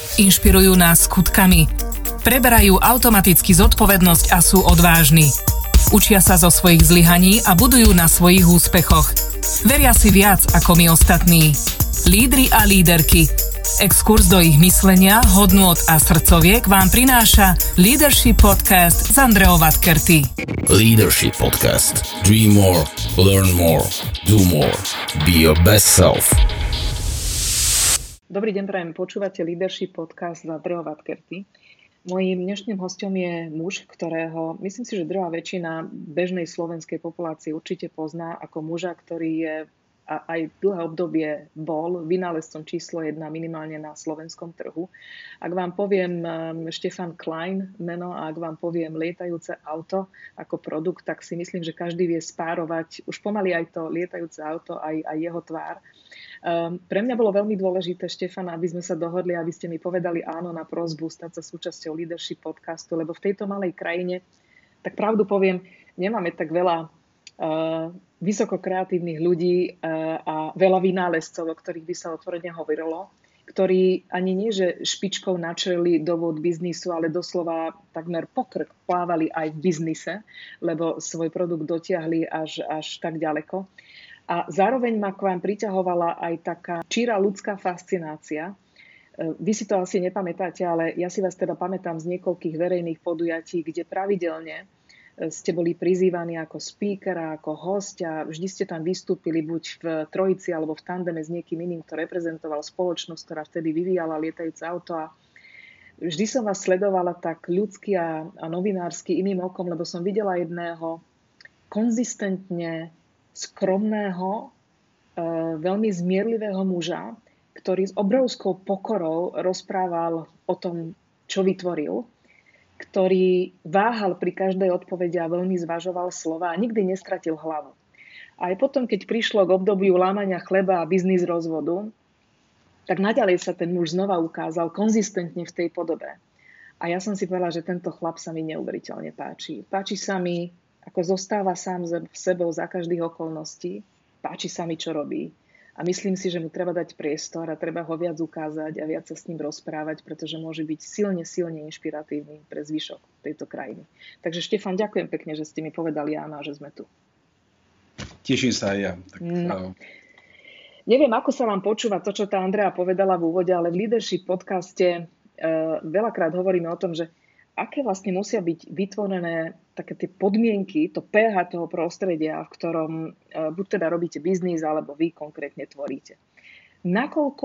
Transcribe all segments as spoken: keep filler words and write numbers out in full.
Inšpirujú nás skutkami. Preberajú automaticky zodpovednosť a sú odvážni. Učia sa zo svojich zlyhaní a budujú na svojich úspechoch. Veria si viac ako my ostatní. Lídri a líderky. Exkurs do ich myslenia, hodnôt a srdcoviek vám prináša Leadership Podcast s Andreou Vatkerty. Leadership Podcast. Dream more, learn more, do more. Be your best self. Dobrý deň, prajem, počúvate Leadership Podcast s Andreou Vatkerty. Mojím dnešným hosťom je muž, ktorého myslím si, že druhá väčšina bežnej slovenskej populácie určite pozná ako muža, ktorý je a aj dlhé obdobie bol vynálezcom číslo jedna minimálne na slovenskom trhu. Ak vám poviem Štefan Klein meno a ak vám poviem lietajúce auto ako produkt, tak si myslím, že každý vie spárovať už pomaly aj to lietajúce auto, aj, aj jeho tvár. Um, pre mňa bolo veľmi dôležité, Štefan, aby sme sa dohodli, aby ste mi povedali áno na prosbu stať sa súčasťou Leadership Podcastu, lebo v tejto malej krajine, tak pravdu poviem, nemáme tak veľa uh, vysoko kreatívnych ľudí uh, a veľa vynálezcov, o ktorých by sa otvorene hovorilo, ktorí ani nie, že špičkou načreli do vôd biznisu, ale doslova takmer pokrk plávali aj v biznise, lebo svoj produkt dotiahli až, až tak ďaleko. A zároveň ma k vám priťahovala aj taká číra ľudská fascinácia. Vy si to asi nepamätáte, ale ja si vás teda pamätám z niekoľkých verejných podujatí, kde pravidelne ste boli prizývaní ako speaker a ako host a vždy ste tam vystúpili buď v trojici alebo v tandeme s niekým iným, kto reprezentoval spoločnosť, ktorá vtedy vyvíjala lietajúce auto. A vždy som vás sledovala tak ľudsky a, a novinársky iným okom, lebo som videla jedného konzistentne skromného, veľmi zmierlivého muža, ktorý s obrovskou pokorou rozprával o tom, čo vytvoril, ktorý váhal pri každej odpovedi a veľmi zvažoval slova a nikdy nestratil hlavu. A aj potom, keď prišlo k obdobiu lámania chleba a biznis rozvodu, tak naďalej sa ten muž znova ukázal konzistentne v tej podobe. A ja som si povedala, že tento chlap sa mi neuveriteľne páči. Páči sa mi, ako zostáva sám sebou za každých okolností. Páči sa mi, čo robí. A myslím si, že mu treba dať priestor a treba ho viac ukázať a viac sa s ním rozprávať, pretože môže byť silne, silne inšpiratívny pre zvyšok tejto krajiny. Takže Štefan, ďakujem pekne, že ste mi povedali áno, že sme tu. Teším sa aj ja. Tak, no. Neviem, ako sa vám počúva to, čo tá Andrea povedala v úvode, ale v Leadership podcaste uh, veľakrát hovoríme o tom, že aké vlastne musia byť vytvorené také tie podmienky, to pH toho prostredia, v ktorom buď teda robíte biznis, alebo vy konkrétne tvoríte. Nakoľko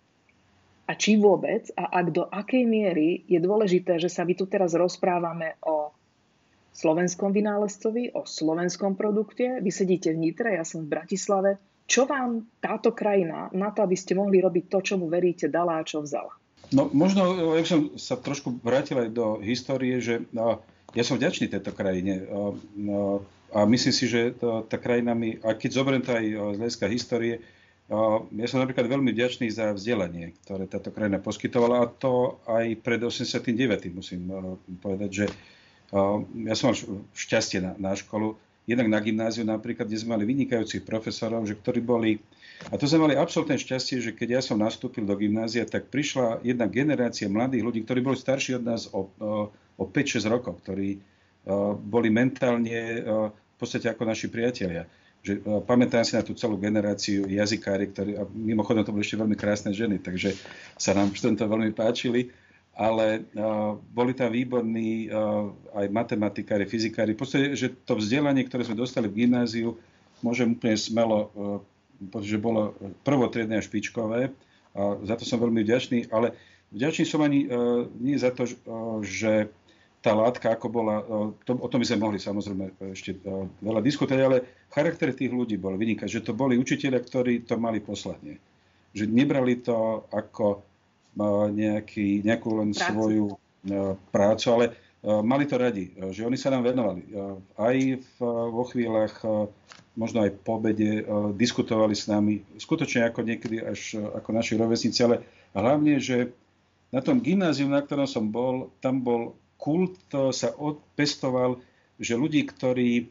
a či vôbec a ak do akej miery je dôležité, že sa my tu teraz rozprávame o slovenskom vynálezcovi, o slovenskom produkte. Vy sedíte v Nitre, ja som v Bratislave. Čo vám táto krajina na to, aby ste mohli robiť to, čomu veríte, dala a čo vzala? No možno, ja som sa trošku vrátil aj do histórie, že no, ja som vďačný tejto krajine no, a myslím si, že to, tá krajina mi, a keď zoberiem to aj z hľadiska histórie, no, ja som napríklad veľmi vďačný za vzdelanie, ktoré táto krajina poskytovala, a to aj pred osemdesiatym deviatym musím uh, povedať, že uh, ja som mal šťastie na, na školu, jednak na gymnáziu napríklad, kde sme mali vynikajúcich profesorov, že ktorí boli. A to sme mali absolútne šťastie, že keď ja som nastúpil do gymnázia, tak prišla jedna generácia mladých ľudí, ktorí boli starší od nás o, o, o päť šesť rokov, ktorí uh, boli mentálne uh, v podstate ako naši priatelia. Že, uh, pamätám si na tú celú generáciu jazykári, ktorí, a mimochodom to boli ešte veľmi krásne ženy, takže sa nám v tomto veľmi páčili, ale uh, boli tam výborní uh, aj matematikári, fyzikári. V podstate, že to vzdelanie, ktoré sme dostali v gymnáziu, môžem úplne smelo uh, že bolo prvotriedne a špičkové. A za to som veľmi vďačný, ale vďačný som ani uh, nie za to, uh, že tá látka, ako bola, uh, to, o tom by sme mohli samozrejme ešte uh, veľa diskutovať, ale charakter tých ľudí bol vynikať, že to boli učitelia, ktorí to mali poslanie. Že nebrali to ako uh, nejaký, nejakú len prácu. svoju uh, prácu, ale uh, mali to radi, uh, že oni sa nám venovali. Uh, aj v, uh, vo chvíľach uh, možno aj po obede uh, diskutovali s nami, skutočne ako niekedy až uh, ako naši rovesníci, ale hlavne, že na tom gymnáziu, na ktorom som bol, tam bol kult, uh, sa odpestoval, že ľudí, ktorí,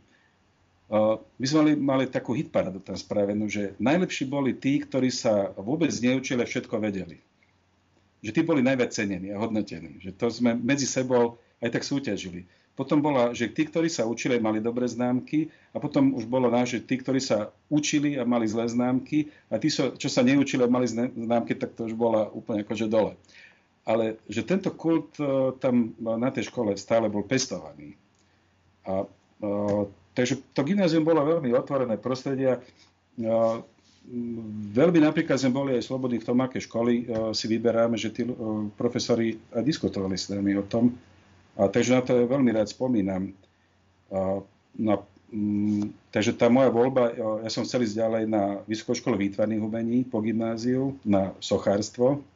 uh, my sme mali, mali takú hitparádu tam spravenú, že najlepší boli tí, ktorí sa vôbec neučili a všetko vedeli. že tí boli najviac cenení a hodnotení. Že to sme medzi sebou aj tak súťažili. Potom bola, že tí, ktorí sa učili, mali dobré známky a potom už bolo náš, že tí, ktorí sa učili a mali zlé známky a tí, čo sa neučili a mali známky, tak to už bola úplne akože dole. Ale že tento kult tam na tej škole stále bol pestovaný. A, a, takže to gymnázium bolo veľmi otvorené prostredie. A, veľmi napríklad sme boli aj slobodní v tom, aké školy a, si vyberáme, že tí a, profesori aj diskutovali s nami o tom. A takže na to veľmi rád spomínam. A, no, m, takže tá moja voľba, ja som chcel ísť ďalej na Vysokú školu výtvarných umení po gymnáziu, na sochárstvo.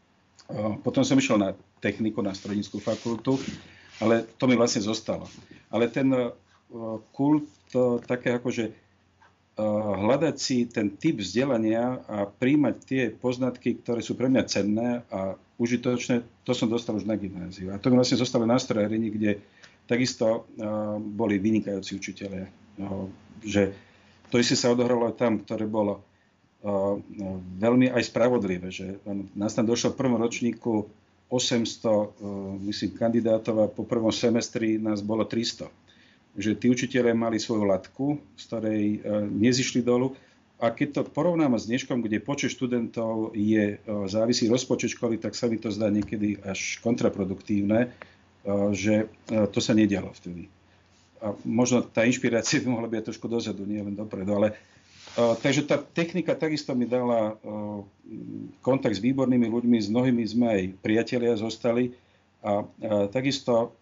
A potom som išiel na techniku, na strojnícku fakultu, ale to mi vlastne zostalo. Ale ten uh, kult, uh, také akože uh, hľadať si ten typ vzdelania a príjmať tie poznatky, ktoré sú pre mňa cenné a užitočné, to som dostal už na gymnáziu. A to mi vlastne zostalo na strojárini, kde takisto uh, boli vynikajúci učitelia. Uh, že to isté sa odohralo aj tam, ktoré bolo uh, veľmi aj spravodlivé. Že nás tam došlo v prvom ročníku osemsto, uh, myslím, kandidátov a po prvom semestri nás bolo tristo. Že tí učitelia mali svoju latku, z ktorej uh, nezišli dolu. A keď to porovnáme s dneškom, kde počet študentov je závisí rozpočet školy, tak sa mi to zdá niekedy až kontraproduktívne, že to sa nedialo vtedy. A možno tá inšpirácia by mohla byť trošku dozadu, nie len dopredu. Ale, takže tá technika takisto mi dala kontakt s výbornými ľuďmi, s mnohými sme aj priatelia zostali. A, a takisto,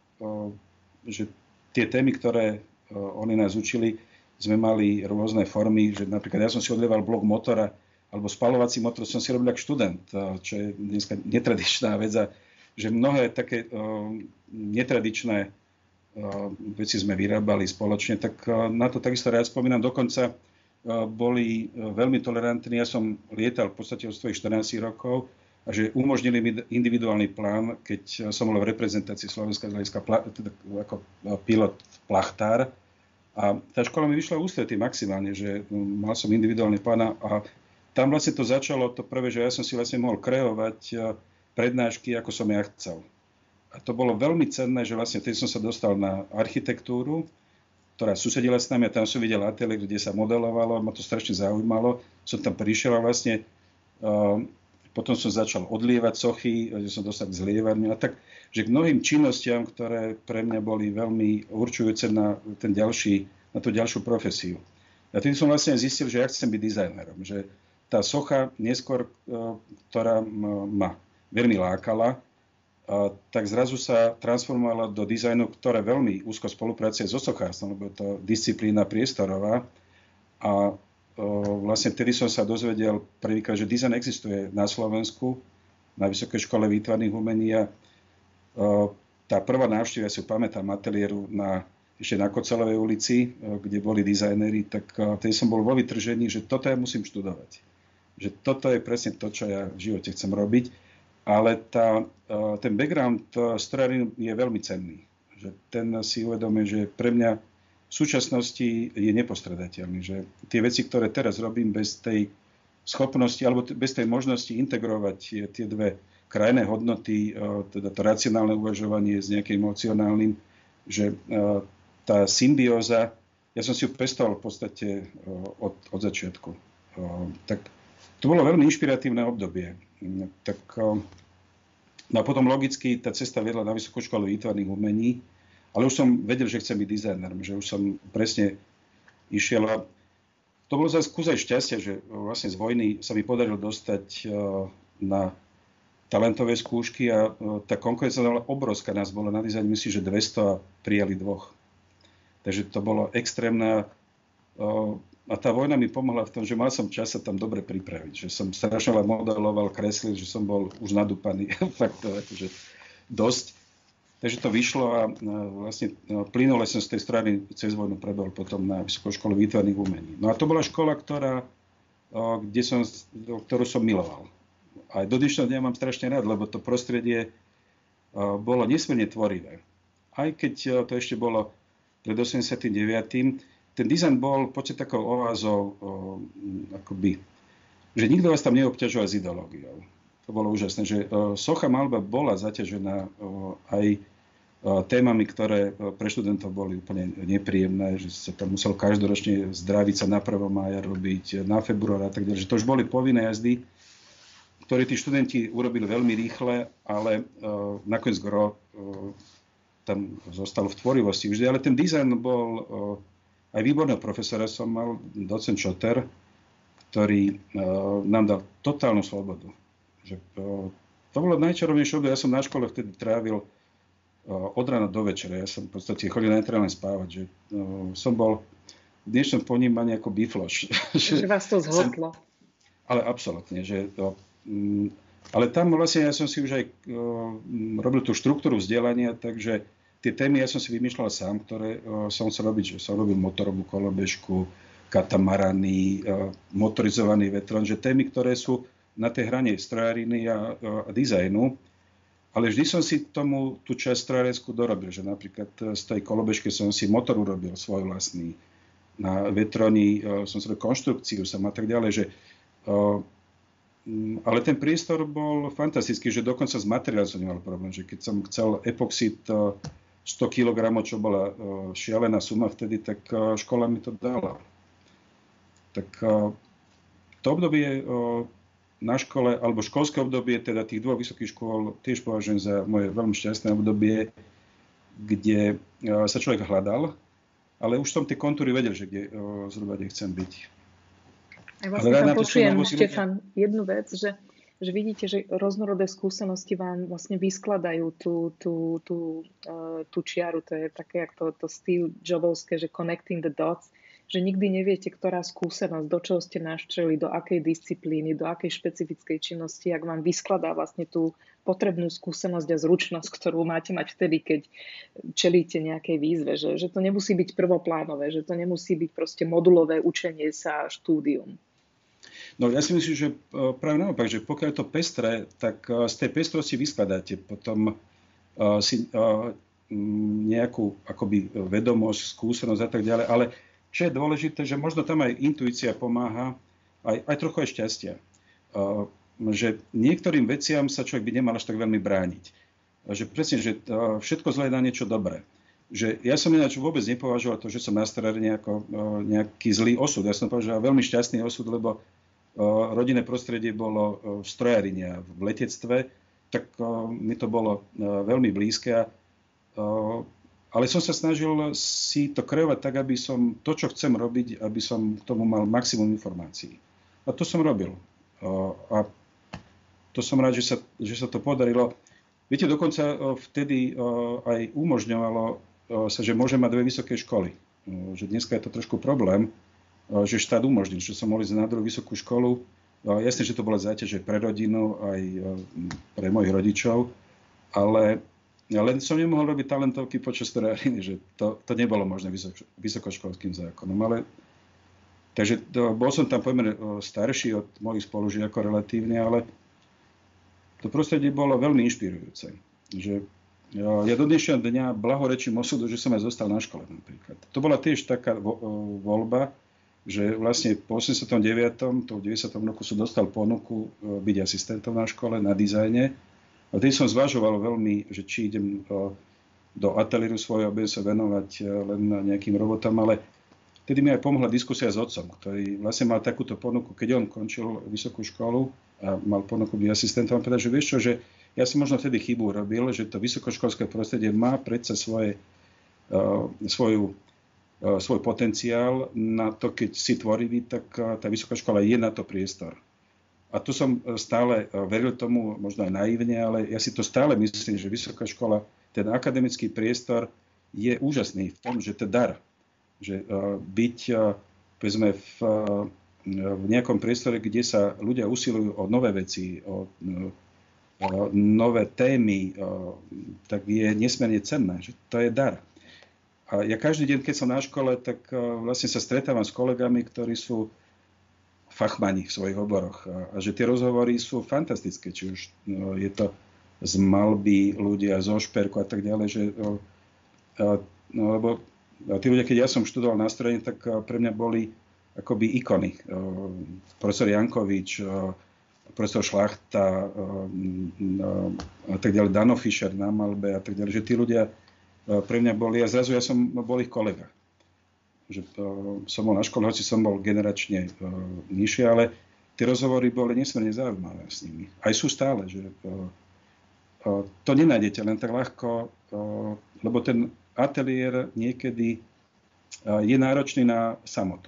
že tie témy, ktoré oni nás učili, sme mali rôzne formy, že napríklad ja som si odlieval blok motora, alebo spalovací motor som si robil ako študent, čo je dneska netradičná vec a že mnohé také uh, netradičné uh, veci sme vyrábali spoločne, tak uh, na to takisto rád spomínam. Dokonca uh, boli uh, veľmi tolerantní, ja som lietal v podstate od svojich štrnásť rokov a že umožnili mi individuálny plán, keď som bol v reprezentácii Slovenska z hľadiska pla- teda ako pilot plachtár. A tá škola mi vyšla ústretí maximálne, že mal som individuálny plán a tam vlastne to začalo to prvé, že ja som si vlastne mohol kreovať prednášky, ako som ja chcel. A to bolo veľmi cenné, že vlastne vtedy som sa dostal na architektúru, ktorá susedila s nami a tam som videl ateliér, kde sa modelovalo, ma to strašne zaujímalo. Som tam prišiel a vlastne uh, potom som začal odlievať sochy, že som dostal k zlievaniu a tak, že k mnohým činnostiam, ktoré pre mňa boli veľmi určujúce na, ten ďalší, na tú ďalšiu profesiu. A tým som vlastne zistil, že ja chcem byť dizajnerom, že tá socha neskôr, ktorá ma veľmi lákala, tak zrazu sa transformovala do dizajnu, ktoré veľmi úzko spolupracuje so sochárstvom, lebo je to disciplína priestorová. A vlastne vtedy som sa dozvedel prvýkrát, že dizajn existuje na Slovensku, na Vysokej škole výtvarných umení a tá prvá návšteva, ja si pamätám, ateliéru na, ešte na Kocelovej ulici, kde boli dizajneri, tak vtedy som bol vo vytržení, že toto ja musím študovať. Že toto je presne to, čo ja v živote chcem robiť. Ale tá, ten background strojárin je veľmi cenný. Že ten si uvedomuje, že pre mňa v súčasnosti je nepostredateľný. Že tie veci, ktoré teraz robím bez tej schopnosti alebo bez tej možnosti integrovať tie, tie dve krajné hodnoty, teda to racionálne uvažovanie s nejakým emocionálnym, že tá symbióza, ja som si ju pestoval v podstate od, od začiatku. Tak to bolo veľmi inšpiratívne obdobie. Tak, no a potom logicky tá cesta viedla na Vysokú školu výtvarných umení, ale už som vedel, že chcem byť dizajnerom, že už som presne išiel a to bolo zase kúsaj šťastia, že vlastne z vojny sa mi podarilo dostať na talentové skúšky a tá konkurencia bola obrovská. Nás bolo na dizajne, myslím, že dvesto a prijali dvoch. Takže to bolo extrémne. A tá vojna mi pomohla v tom, že mal som čas sa tam dobre pripraviť. Že som strašne modeloval, kreslil, že som bol už nadúpaný. Fakt to akože dosť. Takže to vyšlo a vlastne plynule som z tej strany cez vojnu prebehol potom na Vysokú školu výtvarných umení. No a to bola škola, ktorá, kde som, ktorú som miloval. Aj do dnešného dňa mám strašne rád, lebo to prostredie bolo nesmierne tvorivé. Aj keď to ešte bolo pred osemdesiatym deviatym ten dizajn bol v podstate takou oázou, akoby, že nikto vás tam neobťažoval s ideológiou. to bolo úžasné, že socha malba bola zaťažená aj témami, ktoré pre študentov boli úplne nepríjemné, že sa tam musel každoročne zdraviť sa na prvého mája robiť, na február a tak ďalej, že to už boli povinné jazdy, ktoré tí študenti urobili veľmi rýchle, ale uh, nakoniec gro uh, tam zostalo v tvorivosti vždy, ale ten dizajn bol uh, aj výborného profesora som mal, docent Šoter, ktorý uh, nám dal totálnu slobodu. Že, uh, to bolo najčarovnejšie obdobie, ja som na škole vtedy trávil od rána do večera. Ja som v podstate chodil na internet spávať, že uh, som bol v dnešnom ponímaní ako bifloš. Že vás to zhodlo. Ale absolútne. Že, uh, um, ale tam vlastne ja som si už aj uh, robil tú štruktúru vzdelania, takže tie témy ja som si vymýšľal sám, ktoré uh, som chcel robiť, že som robil motorovú kolobežku, katamarany, uh, motorizovaný vetrón, že témy, ktoré sú na tej hrane strojáriny a, a dizajnu. Ale vždy som si tomu tú časť strojárenskú dorobil, že napríklad z tej kolobežky som si motor urobil svoj vlastný. Na vetroni som si robil konštrukciu sam a tak ďalej. Že, ale ten priestor bol fantastický, že dokonca s materiálom som nemal problém. Že keď som chcel epoxid sto kilogramov, čo bola šialená suma vtedy, tak škola mi to dala. Tak to obdobie na škole, alebo školské obdobie, teda tých dvoch vysokých škôl, tiež považujem za moje veľmi šťastné obdobie, kde sa človek hľadal, ale už som tie kontúry vedel, že kde zhruba kde chcem byť. Ja vlastne tam počujem, Štefan, jednu vec, že, že vidíte, že rôznorodé skúsenosti vám vlastne vyskladajú tú, tú, tú, tú čiaru. To je také, jak to, to Steve Jobsovské, že connecting the dots, že nikdy neviete, ktorá skúsenosť, do čoho ste naštreli, do akej disciplíny, do akej špecifickej činnosti, ak vám vyskladá vlastne tú potrebnú skúsenosť a zručnosť, ktorú máte mať vtedy, keď čelíte nejakej výzve. Že, že to nemusí byť prvoplánové, že to nemusí byť proste modulové učenie sa, štúdium. No ja si myslím, že práve naopak, že pokiaľ je to pestré, tak z tej pestrosti vyskladáte potom uh, si uh, nejakú akoby vedomosť, skúsenosť a tak ďalej, ale čo je dôležité, že možno tam aj intuícia pomáha, aj, aj trochu aj šťastia. Uh, že niektorým veciam sa človek by nemal až tak veľmi brániť. Uh, že presne, že uh, všetko zlé je na niečo dobré. Že ja som ináč vôbec nepovažoval to, že som na strojárni ako uh, nejaký zlý osud. Ja som považoval veľmi šťastný osud, lebo uh, rodinné prostredie bolo uh, v strojárini a v letectve, tak uh, mi to bolo uh, veľmi blízke. Uh, Ale som sa snažil si to kreovať tak, aby som to, čo chcem robiť, aby som k tomu mal maximum informácií. A to som robil. A to som rád, že sa, že sa to podarilo. Viete, dokonca vtedy aj umožňovalo sa, že môžem mať dve vysoké školy. Že dneska je to trošku problém, že štát umožnil, že som mohol ísť na druhú vysokú školu. Jasne, že to bola záťaž pre rodinu, aj pre mojich rodičov, ale Ja len som nemohol robiť talentovky počas strojáriny, že to, to nebolo možné vysoko, vysokoškolským zákonom. Ale, takže to, bol som tam pomerne starší od mojich spolužiakov relatívne, ale to prostredie bolo veľmi inšpirujúce. Že ja, ja do dnešného dňa blahorečím osudu, že som aj zostal na škole napríklad. To bola tiež taká vo, voľba, že vlastne po osemdesiatom deviatom to v deväťdesiatom roku som dostal ponuku byť asistentom na škole, na dizajne. A tým som zvažoval veľmi, že či idem do ateliéru svojho, budem sa venovať len nejakým robotám, ale vtedy mi aj pomohla diskusia s otcom, ktorý vlastne mal takúto ponuku, keď on končil vysokú školu a mal ponuku byť asistentom. Povedal, že vieš čo, že ja som možno vtedy chybu robil, že to vysokoškolské prostredie má predsa svoje, uh, svoju, uh, svoj potenciál na to, keď si tvorivý, tak uh, tá vysoká škola je na to priestor. A tu som stále veril tomu, možno aj naivne, ale ja si to stále myslím, že vysoká škola, ten akademický priestor je úžasný v tom, že to je dar. Že byť povedzme, v, v nejakom priestore, kde sa ľudia usilujú o nové veci, o, o nové témy, o, tak je nesmierne cenné. Že to je dar. A ja každý deň, keď som na škole, tak vlastne sa stretávam s kolegami, ktorí sú fachmani v svojich oboroch. A, a že tie rozhovory sú fantastické, či už no, je to z malby ľudia, zo šperku a tak ďalej, že no, a, no, lebo a tí ľudia, keď ja som študoval na strojárni, tak pre mňa boli akoby ikony. O, profesor Jankovič, o, profesor Šlachta a tak ďalej, Dano Fischer na Malbe a tak ďalej, že tí ľudia pre mňa boli, a zrazu ja som bol ich kolega. Že som bol na škole, hoci som bol generačne nižšie, ale tie rozhovory boli nesmierne zaujímavé s nimi. Aj sú stále, že to nenájdete len tak ľahko, lebo ten ateliér niekedy je náročný na samotu.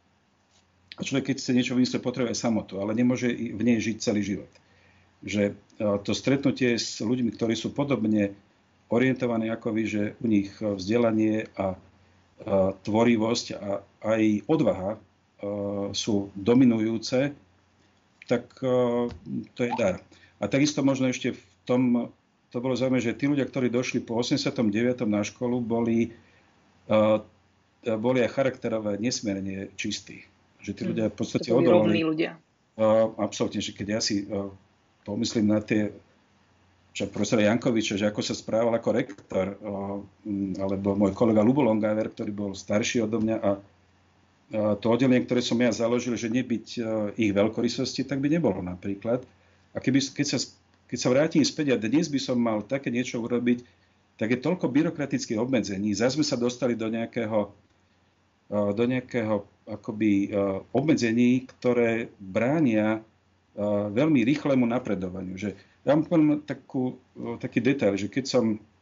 A človek, keď chce niečo vymyslieť, potrebuje samotu, ale nemôže v nej žiť celý život. Že to stretnutie s ľuďmi, ktorí sú podobne orientovaní ako vy, že u nich vzdelanie a tvorivosť a aj odvaha sú dominujúce, tak to je dar. A takisto možno ešte v tom, to bolo zaujímavé, že tí ľudia, ktorí došli po osemdesiatom deviatom na školu, boli, boli aj charakterové nesmierne čistí. Že tí ľudia v podstate odolali. Rovní ľudia. Absolútne, že keď ja si pomyslím na tie, čo profesora Jankoviča, že ako sa správal ako rektor, alebo môj kolega Lubo Longaver, ktorý bol starší odo mňa, a to oddelenie, ktoré som ja založil, že nebyť ich veľkorysosti, tak by nebolo napríklad. A keby, keď, sa, keď sa vrátim späť a dnes by som mal také niečo urobiť, tak je toľko byrokratických obmedzení. Zas sme sa dostali do nejakého, do nejakého akoby obmedzení, ktoré bránia veľmi rýchlemu napredovaniu. Že ja mám poviem takú, taký detail, že keď som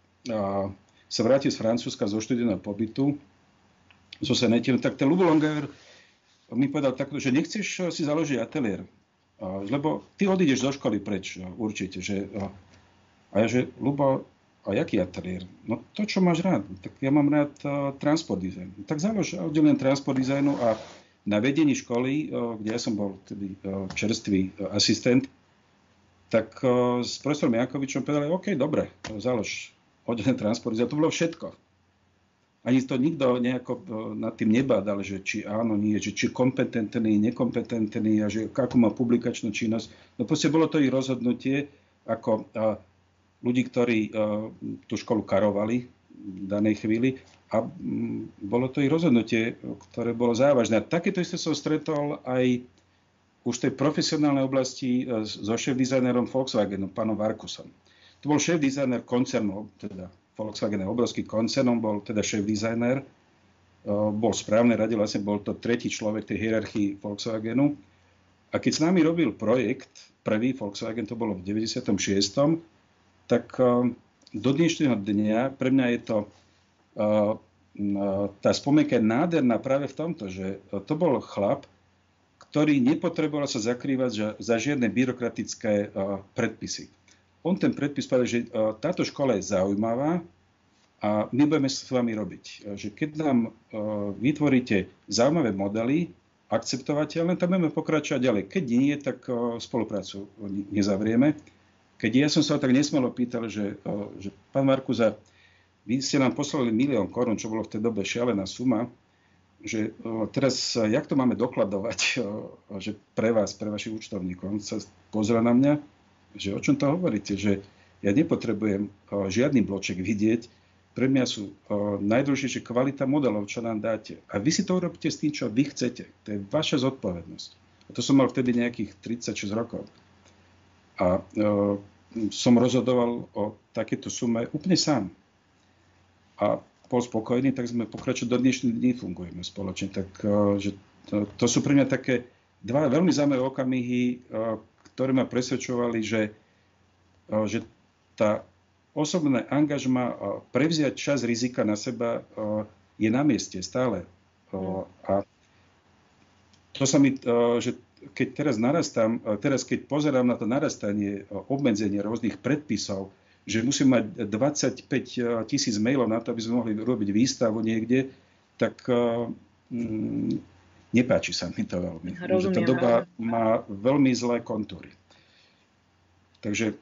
sa vrátil z Francúzska zo študijného pobytu, zo Senetínu, tak ten Lubo Longaver mi povedal takto, že nechceš si založiť ateliér, lebo ty odídeš zo školy preč, určite. Že, a ja, že Lubo, a jaký ateliér? No to, čo máš rád. Tak ja mám rád uh, transport design. Tak založ oddelenie transport designu a na vedení školy, uh, kde ja som bol tedy uh, čerstvý uh, asistent, tak uh, s profesorom Jankovičom povedali, OK, dobre, založ oddelenie transport designu. To bolo všetko. Ani to nikto nejako uh, nad tým nebádal, že či áno, nie, že či kompetentný, nekompetentný a že akú má publikačnú činnosť. No proste bolo to ich rozhodnutie, ako uh, ľudí, ktorí uh, tú školu karovali v danej chvíli, a um, bolo to ich rozhodnutie, ktoré bolo závažné. A takéto isté som stretol aj už v tej profesionálnej oblasti uh, so šéf-dizajnerom Volkswagenu, pánom Varkusom. To bol šéf-dizajner koncernu, teda Volkswagen je obrovský koncern, on bol teda šéf-dizajner, uh, bol správne rade, vlastne bol to tretí človek tej hierarchii Volkswagenu. A keď s nami robil projekt, prvý Volkswagen, to bolo v deväťdesiatom šiestom tak do dnešného dňa pre mňa je to, tá spomienka je nádherná práve v tomto, že to bol chlap, ktorý nepotreboval sa zakrývať za, za žiadne byrokratické predpisy. On ten predpis povedal, že táto škola je zaujímavá a my budeme s vami robiť. Že keď nám vytvoríte zaujímavé modely, akceptovateľné, tak budeme pokračovať ďalej. Keď nie, tak spoluprácu nezavrieme. Keď ja som sa tak nesmelo pýtal, že, že pán Markuza, vy ste nám poslali milión korún, čo bolo v tej dobe šialená suma, že teraz, jak to máme dokladovať, že pre vás, pre vašich účtovníkov. On sa pozrel na mňa, že o čom to hovoríte, že ja nepotrebujem žiadny bloček vidieť, pre mňa sú najdôležitejšie kvalita modelov, čo nám dáte. A vy si to urobíte s tým, čo vy chcete. To je vaša zodpovednosť. A to som mal vtedy nejakých tridsaťšesť rokov. A e, som rozhodoval o takéto sume úplne sám. A bol spokojný, tak sme pokračovali, do dnešných dní fungujeme spoločne. Tak, e, že to, to sú pre mňa také dva veľmi zaujímavé okamihy, e, ktoré ma presvedčovali, že, e, že tá osobné angažma, e, prevziať čas rizika na seba e, je na mieste stále. E, a to sa mi, e, že keď teraz narastám, teraz keď pozerám na to narastanie, obmedzenie rôznych predpisov, že musím mať dvadsaťpäť tisíc mailov na to, aby sme mohli robiť výstavu niekde, tak mm, nepáči sa mi to veľmi. Rozumiem, tá doba má veľmi zlé kontúry. Takže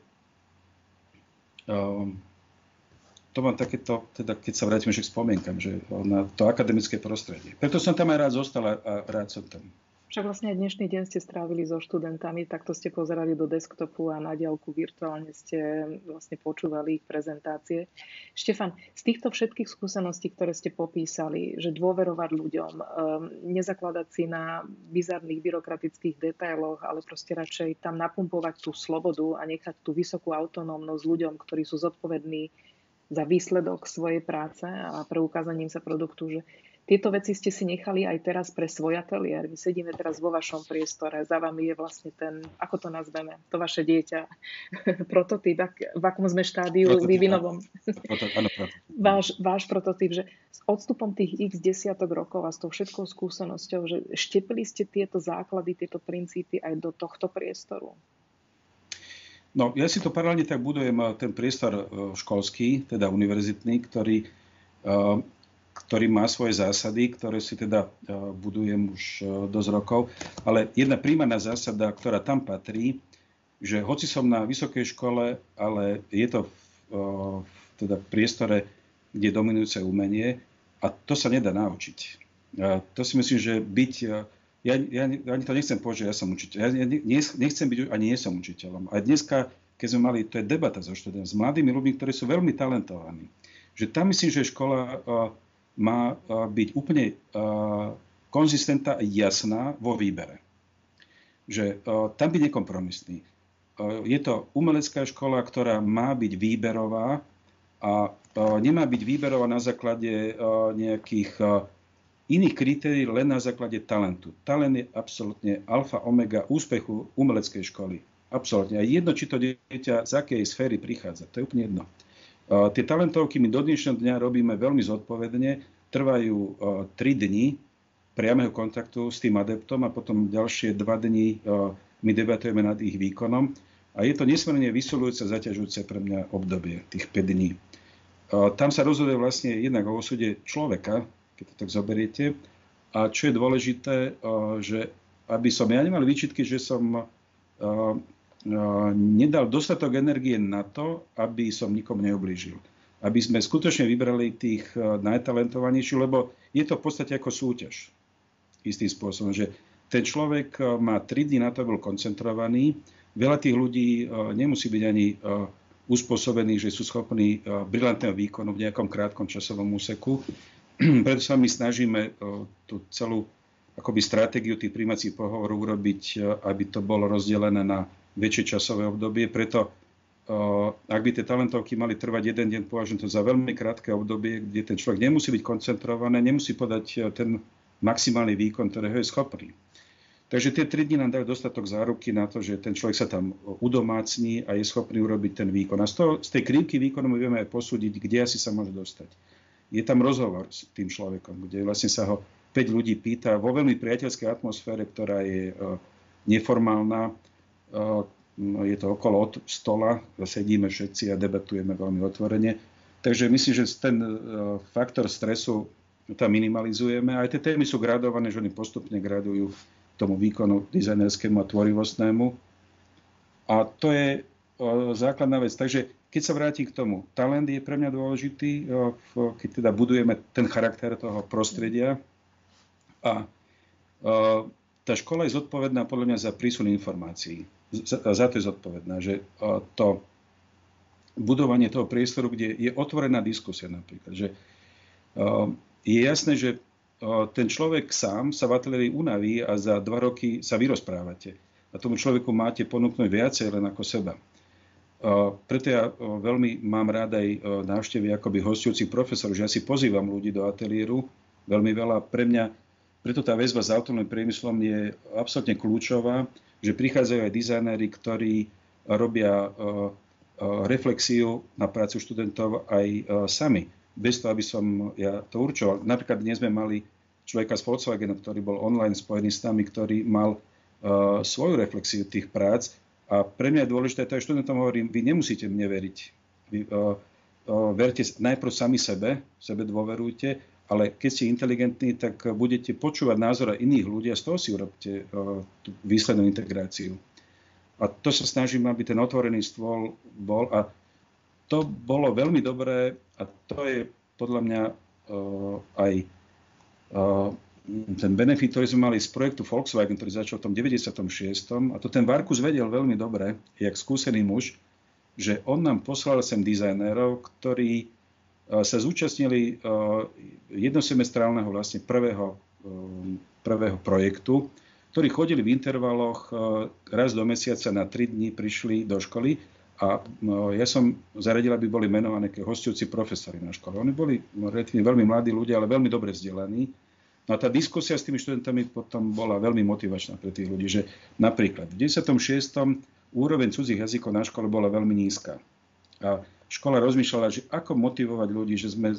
um, to mám takéto, teda keď sa vrátime k spomienkam, že na to akademické prostredie. Preto som tam aj rád zostal a rád som tam. Však vlastne aj dnešný deň ste strávili so študentami, takto ste pozerali do desktopu a na diaľku virtuálne ste vlastne počúvali ich prezentácie. Štefan, z týchto všetkých skúseností, ktoré ste popísali, že dôverovať ľuďom, nezakladať si na bizarných byrokratických detailoch, ale proste radšej tam napumpovať tú slobodu a nechať tú vysokú autonómnosť ľuďom, ktorí sú zodpovední za výsledok svojej práce a preukázaním sa produktu, že tieto veci ste si nechali aj teraz pre svoj ateliér. My sedíme teraz vo vašom priestore. Za vami je vlastne ten, ako to nazveme, to vaše dieťa, prototyp, v akom sme štádiu prototyp, vývinovom. Prototyp, áno, prototyp. Váš, váš prototyp, že s odstupom tých x desiatok rokov a s tou všetkou skúsenosťou, že štepili ste tieto základy, tieto princípy aj do tohto priestoru. No, ja si to paralelne tak budujem ten priestor školský, teda univerzitný, ktorý ktorý má svoje zásady, ktoré si teda budujem už dosť rokov. Ale jedna príjmaná zásada, ktorá tam patrí, že hoci som na vysokej škole, ale je to v, v teda priestore, kde je dominujúce umenie a to sa nedá naučiť. A to si myslím, že byť... Ja, ja ani to nechcem povedať, že ja som učiteľ. Ja nechcem byť, ani nie som učiteľom. A dneska, keď sme mali, to je debata so študentmi, s mladými ľuďmi, ktorí sú veľmi talentovaní. Že tam myslím, že škola má byť úplne konzistentná a jasná vo výbere. Že tam byť nekompromisný. Je to umelecká škola, ktorá má byť výberová a nemá byť výberová na základe nejakých iných kritérií, len na základe talentu. Talent je absolútne alfa, omega úspechu umeleckej školy. Absolútne. A jedno, či to dieťa z akej sféry prichádza. To je úplne jedno. Tie talentovky my do dnešného dňa robíme veľmi zodpovedne, trvajú tri dni priameho kontaktu s tým adeptom a potom ďalšie dva dni my debatujeme nad ich výkonom. A je to nesmierne vysilujúce, zaťažujúce pre mňa obdobie, tých päť dní. Tam sa rozhoduje vlastne jednak o osude človeka, keď to tak zoberiete. A čo je dôležité, že aby som ja nemal výčitky, že som nedal dostatok energie na to, aby som nikomu neublížil. Aby sme skutočne vybrali tých najtalentovanejších, lebo je to v podstate ako súťaž. Istým spôsobom, že ten človek má tri dni na to, aby bol koncentrovaný. Veľa tých ľudí nemusí byť ani uspôsobení, že sú schopní brilantného výkonu v nejakom krátkom časovom úseku. Preto sa my snažíme tú celú akoby stratégiu tých prijímacích pohovorov urobiť, aby to bolo rozdelené na väčšie časové obdobie. Preto, ak by tie talentovky mali trvať jeden deň, považujem to za veľmi krátke obdobie, kde ten človek nemusí byť koncentrovaný, nemusí podať ten maximálny výkon, ktorého je schopný. Takže tie tri dni nám dajú dostatok záruky na to, že ten človek sa tam udomácní a je schopný urobiť ten výkon. A z, toho, z tej krivky výkonu my vieme aj posúdiť, kde asi sa môže dostať. Je tam rozhovor s tým človekom, kde vlastne sa ho päť ľudí pýta vo veľmi priateľskej atmosfére, ktorá je neformálna. Je to okolo od stola, sedíme všetci a debatujeme veľmi otvorene. Takže myslím, že ten faktor stresu tam minimalizujeme. Aj tie témy sú gradované, že oni postupne gradujú tomu výkonu dizajnerskému a tvorivostnému. A to je základná vec. Takže keď sa vrátim k tomu, talent je pre mňa dôležitý, keď teda budujeme ten charakter toho prostredia. A tá škola je zodpovedná podľa mňa za prísun informácií. Za, za to je zodpovedná, že to budovanie toho priestoru, kde je otvorená diskusia napríklad. Že je jasné, že ten človek sám sa v ateliéri unaví a za dva roky sa vyrozprávate. A tomu človeku máte ponúknuť viacej len ako seba. Preto ja veľmi mám rád aj návštevy akoby hostujúcich profesorov, že ja si pozývam ľudí do ateliéru veľmi veľa. Pre mňa, preto tá väzba s autonómnym priemyslom je absolútne kľúčová, že prichádzajú aj dizajnéri, ktorí robia reflexiu na prácu študentov aj sami. Bez toho, aby som ja to určoval. Napríklad dnes sme mali človeka z Volkswagenu, ktorý bol online spojený s nami, ktorý mal svoju reflexiu tých prác. A pre mňa je dôležité, to aj študentom hovorím, vy nemusíte mne veriť. Vy, o, o, verte najprv sami sebe, sebe dôverujte, ale keď ste inteligentní, tak budete počúvať názor iných ľudí a z toho si urobte o, tú výslednú integráciu. A to sa snažím, aby ten otvorený stôl bol. A to bolo veľmi dobré a to je podľa mňa o, aj o, ten benefit, ktorý sme mali z projektu Volkswagen, ktorý začal v tom deväťdesiatom šiestom. A to ten Varkus vedel veľmi dobre, jak skúsený muž, že on nám poslal sem dizajnérov, ktorí sa zúčastnili jednosemestrálneho vlastne prvého, prvého projektu, ktorí chodili v intervaloch raz do mesiaca na tri dni, prišli do školy a ja som zaradil, aby boli menované ako hostujúci profesori na škole. Oni boli relatívne veľmi mladí ľudia, ale veľmi dobre vzdelaní. No a tá diskusia s tými študentami potom bola veľmi motivačná pre tých ľudí, že napríklad v deväťdesiatom šiestom úroveň cudzích jazykov na škole bola veľmi nízka. A škola rozmýšľala, že ako motivovať ľudí, že sme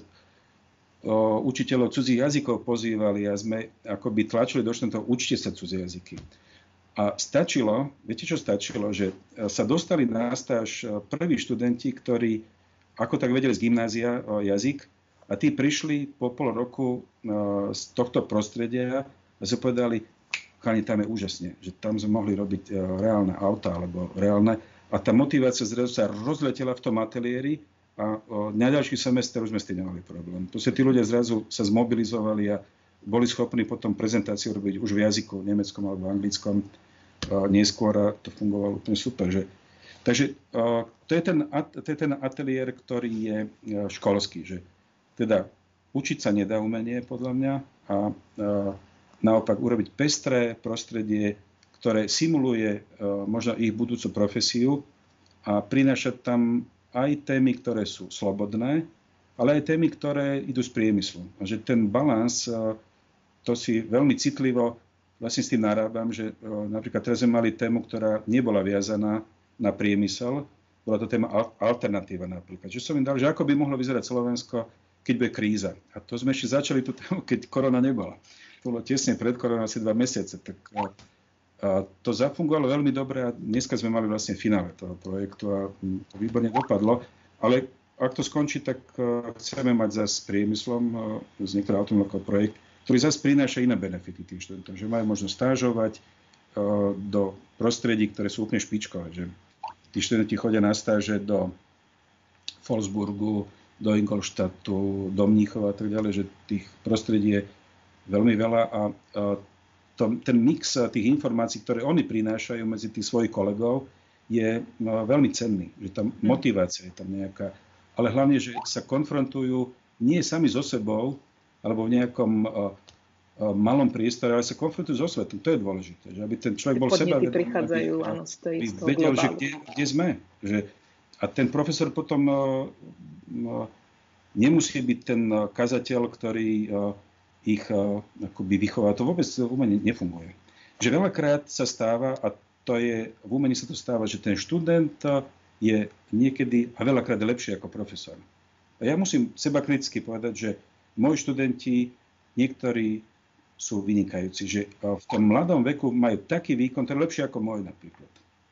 o, učiteľov cudzích jazykov pozývali a sme akoby tlačili do študentov, učte sa cudzie jazyky. A stačilo, viete čo stačilo, že sa dostali na stáž prví študenti, ktorí ako tak vedeli z gymnázia o jazyk a tí prišli po pol roku z tohto prostredia a sa povedali, chalani, tam je úžasne, že tam sme mohli robiť reálne auta alebo reálne. A tá motivácia zrazu sa rozletela v tom ateliéri a na ďalší semester už sme s tým nemali problém. Proste tí ľudia zrazu sa zmobilizovali a boli schopní potom prezentáciu robiť už v jazyku, v nemeckom alebo anglickom neskôr a to fungovalo úplne super. Že... Takže to je, ten, to je ten ateliér, ktorý je školský. Že teda učiť sa nedá umenie, podľa mňa, a, a naopak urobiť pestré prostredie, ktoré simuluje uh, možno ich budúcu profesiu a prinášať tam aj témy, ktoré sú slobodné, ale aj témy, ktoré idú z priemyslu. A že ten balans, uh, to si veľmi citlivo vlastne s tým narábam, že uh, napríklad teraz sme mali tému, ktorá nebola viazaná na priemysel, bola to téma al- alternatíva napríklad. Že som im dal, že ako by mohlo vyzerať Slovensko, keď bude kríza. A to sme ešte začali tú tému, keď korona nebola. To bolo tesne pred koronou asi dva mesiace. Tak, uh, A to zafungovalo veľmi dobre a dneska sme mali vlastne finále toho projektu a to výborne dopadlo. Ale ak to skončí, tak chceme mať zase s priemyslom z niektorého automobilného projekt, ktorý zase prináša iné benefity tým študentom, že majú možnosť stážovať do prostredí, ktoré sú úplne špičkové. Že tí študenti chodia na stáže do Wolfsburgu, do Ingolstadtu, do Mníchova a tak ďalej, že tých prostredí je veľmi veľa a To, ten mix tých informácií, ktoré oni prinášajú medzi tých svojich kolegov, je no, veľmi cenný. Že tá motivácia je tam nejaká. Ale hlavne, že sa konfrontujú nie sami so sebou, alebo v nejakom uh, uh, malom priestore, ale sa konfrontujú so svetom. To je dôležité. Že aby ten človek bol sebavedomý. Podnety prichádzajú, áno, z tej vedel, že kde, kde sme. Že, a ten profesor potom uh, uh, nemusí byť ten uh, kazateľ, ktorý... Uh, ich uh, akoby vychová. To vôbec v umení nefunguje. Že veľakrát sa stáva, a to je, v umení sa to stáva, že ten študent je niekedy a veľakrát lepší ako profesor. A ja musím seba kriticky povedať, že moji študenti, niektorí sú vynikajúci, že v tom mladom veku majú taký výkon, ktorý je lepší ako môj napríklad.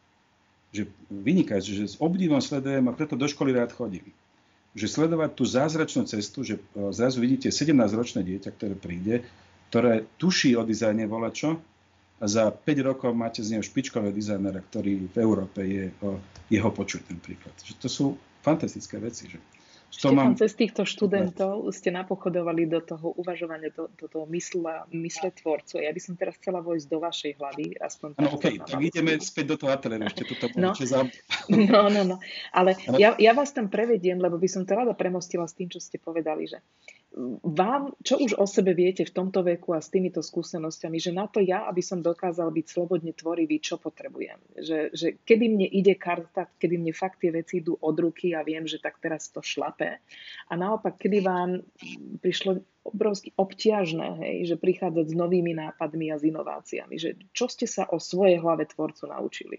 Že vynikajúci, že s obdivom sledujem a preto do školy rád chodím. Že sledovať tú zázračnú cestu, že zrazu vidíte sedemnásťročné dieťa, ktoré príde, ktoré tuší o dizajne volačo a za päť rokov máte z neho špičkového dizajnera, ktorý v Európe je jeho počuť ten príklad. Že to sú fantastické veci. Že Štefan, mám... cez týchto študentov ste napochodovali do toho uvažovania, do, do toho mysla, mysle tvorcov. Ja by som teraz chcela vojsť do vašej hlavy. Áno, okej, okay, tak ideme späť do toho ateliéru. Ešte toto no. Zám... no, no, no. Ale ano. Ja, ja vás tam prevediem, lebo by som to rada premostila s tým, čo ste povedali, že vám, čo už o sebe viete v tomto veku a s týmito skúsenosťami, že na to ja, aby som dokázal byť slobodne tvorivý, čo potrebujem. Že, že kedy mne ide karta, kedy mne fakt tie veci idú od ruky a viem, že tak teraz to šlape. A naopak, kedy vám prišlo obrovsky obťažné, hej, že prichádzať s novými nápadmi a s inováciami. Že čo ste sa o svojej hlave tvorcu naučili?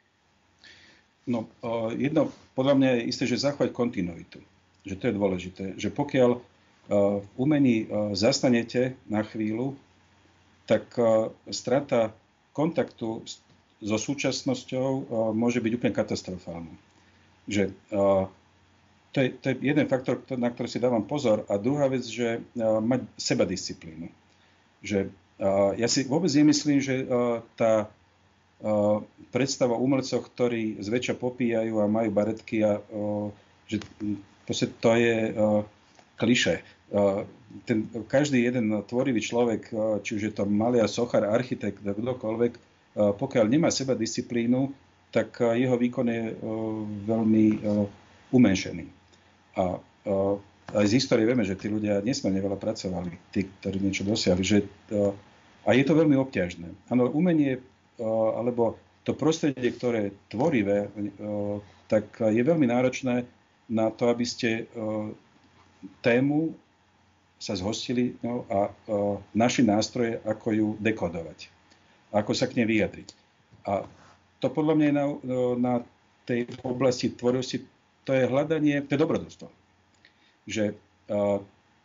No, jedno, podľa mňa je isté, že zachovať kontinuitu. Že to je dôležité. Že pokiaľ v umení zastanete na chvíľu, tak strata kontaktu so súčasnosťou môže byť úplne katastrofálna. Že to je, to je jeden faktor, na ktorý si dávam pozor. A druhá vec, že mať sebadisciplínu. Že ja si vôbec nemyslím, že tá predstava o umelcoch, ktorí zväčša popíjajú a majú baretky, a že to je klišé. ten, každý jeden tvorivý človek, či už je to maliar, sochár, architekt, kdokoľvek, pokiaľ nemá seba disciplínu, tak jeho výkon je veľmi umenšený. A aj z histórie vieme, že tí ľudia nesmierne veľa pracovali, tí, ktorí niečo dosiahli. Že, a je to veľmi obťažné. Áno, umenie alebo to prostredie, ktoré je tvorivé, tak je veľmi náročné na to, aby ste tému sa zhostili no, a našli nástroje, ako ju dekodovať. Ako sa k nej vyjadriť. A to podľa mňa je na, na tej oblasti tvorivosti, to je hľadanie, to je dobrodružstvo. Že uh,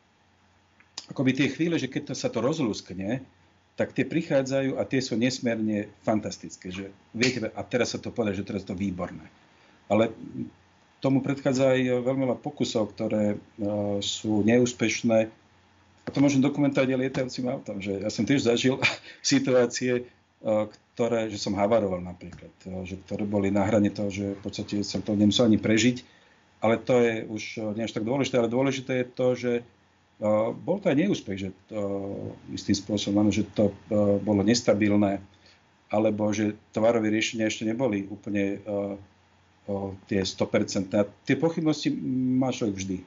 akoby tie chvíle, že keď to, sa to rozlúskne, tak tie prichádzajú a tie sú nesmierne fantastické. Že viete, a teraz sa to povedať, že teraz je to výborné. Ale tomu predchádza aj veľmi veľa pokusov, ktoré uh, sú neúspešné. A to môžem dokumentovať aj lietajúcim autom. Že ja som tiež zažil situácie, uh, ktoré, že som havaroval napríklad, uh, že ktoré boli na hrane toho, že v podstate som to nemusel ani prežiť. Ale to je už nie až tak dôležité. Ale dôležité je to, že uh, bol to aj neúspech, že uh, istým spôsobom, že to uh, bolo nestabilné, alebo že tovarové riešenia ešte neboli úplne uh, uh, tie sto percent. A tie pochybnosti má človek vždy.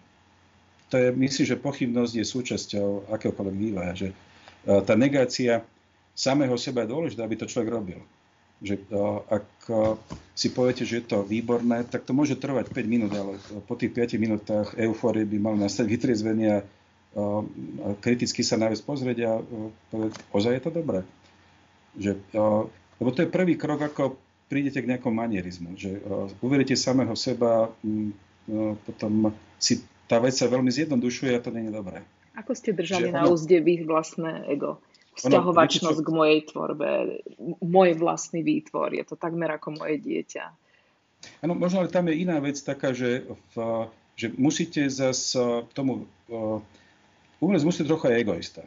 To je, myslím, že pochybnosť je súčasťou akéhokoľvek vývoja. Že uh, tá negácia samého seba je dôležitá, aby to človek robil. Že uh, ak uh, si poviete, že je to výborné, tak to môže trvať päť minút, ale po tých piatich minútach eufórie by mal nastať vytriezvenie a uh, kriticky sa najviac pozrieť a uh, povedať, ozaj je to dobré. Že, uh, lebo to je prvý krok, ako prídete k nejakom manierizmu. Že uh, uveríte samého seba, um, uh, potom si tá vec sa veľmi zjednodušuje a to nie je dobré. Ako ste držali Že na ono... úzde vy vlastné ego? Vzťahovačnosť k mojej tvorbe, môj vlastný výtvor, je to takmer ako moje dieťa. Áno, možno, ale tam je iná vec taká, že, v, že musíte zase tomu... Uh, umelec musí trochu aj egoista.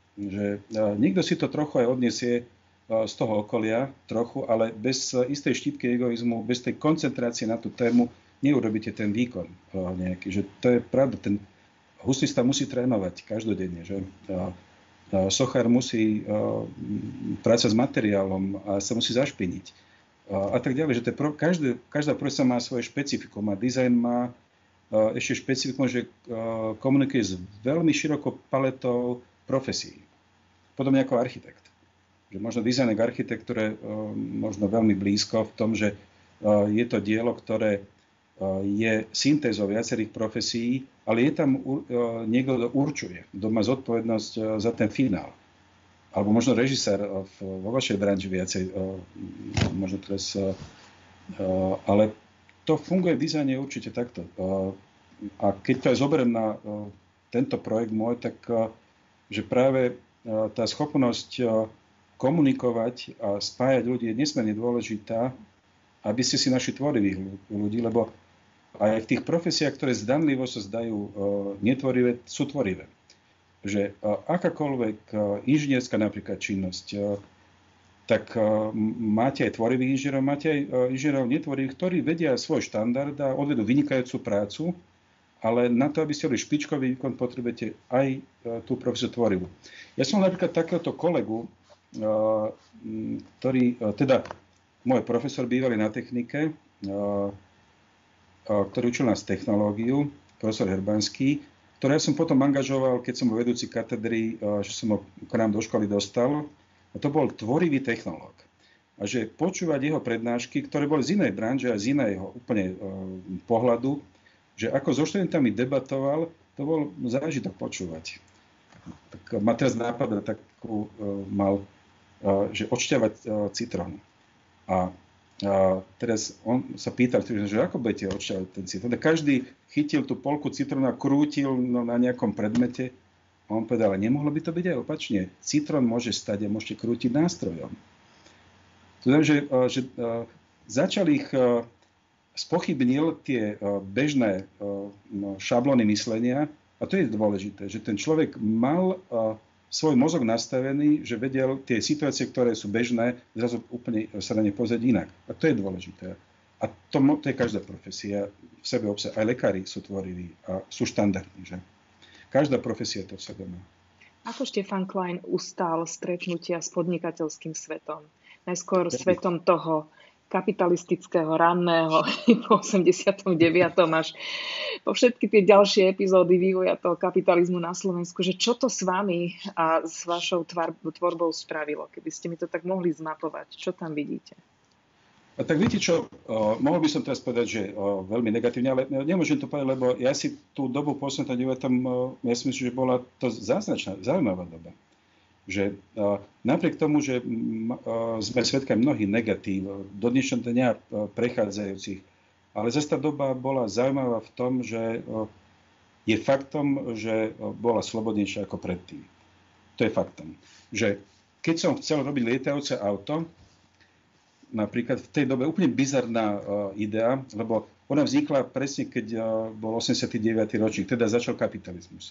Že, uh, niekto si to trochu aj odniesie uh, z toho okolia, trochu, ale bez uh, istej štípky egoizmu, bez tej koncentrácie na tú tému neurobíte ten výkon uh, nejaký. Že to je pravda, ten huslista musí trénovať každodenne, že... Uh, sochár musí uh, pracovať s materiálom a sa musí zašpiniť. Uh, a tak ďalej. Že to pro, každý, každá profesia má svoje špecifikum. A dizajn má uh, ešte špecifikum, že uh, komunikuje s veľmi širokou paletou profesí. Podobne ako architekt. Že možno dizajn k architektúre uh, možno veľmi blízko v tom, že uh, je to dielo, ktoré uh, je syntézou viacerých profesí, ale je tam uh, niekto, kto určuje, kto má zodpovednosť uh, za ten finál. Alebo možno režisér uh, vo vašej branži viacej, uh, možno teraz, uh, uh, ale to funguje v dizajne určite takto. Uh, a keď to aj zoberiem na uh, tento projekt môj, tak uh, že práve uh, tá schopnosť uh, komunikovať a spájať ľudí je nesmierne dôležitá, aby ste si našli tvorivých ľudí, lebo aj v tých profesiách, ktoré zdanlivo sa zdajú uh, netvorivé, sú tvorivé. Že uh, akákoľvek uh, inžinierská napríklad činnosť, uh, tak uh, máte aj tvorivých inžinierov, máte aj uh, inžinierov netvorivých, ktorí vedia svoj štandard a odvedú vynikajúcu prácu, ale na to, aby ste boli špičkový výkon, potrebujete aj uh, tú profesiu tvorivú. Ja som napríklad takéhoto kolegu, uh, ktorý, uh, teda môj profesor bývalý na technike, uh, ktorý učil nás technológiu, profesor Herbanský, ktorý ja som potom angažoval, keď som bol vedúci katedry, že som ho k nám do školy dostal. A to bol tvorivý technológ. A že počúvať jeho prednášky, ktoré boli z inej branže a z iného úplne pohľadu, že ako so študentami debatoval, to bol zážitok počúvať. Tak ma teraz nápada takú mal, že odšťavať citrón. A A teraz on sa pýtal, že ako budete odšťavať ten citrón. Každý chytil tú polku citróna, krútil no, na nejakom predmete. A on povedal, ale nemohlo by to byť aj opačne. Citrón môže stať a môžete krútiť nástrojom. To znamená, že, že začal ich, spochybnil tie bežné šablóny myslenia. A to je dôležité, že ten človek mal svoj mozog nastavený, že vedel tie situácie, ktoré sú bežné, zrazu úplne sa na ne pozrieť inak. A to je dôležité. A to, to je každá profesia v sebe obsah. Aj lekári sú tvoriví a sú štandardní. Že? každá profesia to v sebe má. Ako Štefan Klein ustál stretnutia s podnikateľským svetom? Najskôr svetom toho kapitalistického, ranného po osemdesiatom deviatom až po všetky tie ďalšie epizódy vývoja toho kapitalizmu na Slovensku, že čo to s vami a s vašou tvorbou spravilo? Keby ste mi to tak mohli zmapovať, čo tam vidíte? A tak viete čo, o, mohol by som teraz povedať, že o, veľmi negatívne, ale nemôžem to povedať, lebo ja si tú dobu po osemdesiatom deviatom ja si myslím, že bola to záznačná, zaujímavá doba. Že o, napriek tomu, že m, o, sme svedkami mnohých negatív, do dnešného dňa prechádzajúcich, ale zase tá doba bola zaujímavá v tom, že o, je faktom, že o, bola slobodnejšia ako predtým. To je faktom. Že keď som chcel robiť lietajúce auto, napríklad v tej dobe úplne bizarná uh, idea, lebo ona vznikla presne, keď uh, bol osemdesiaty deviaty ročník, teda začal kapitalizmus.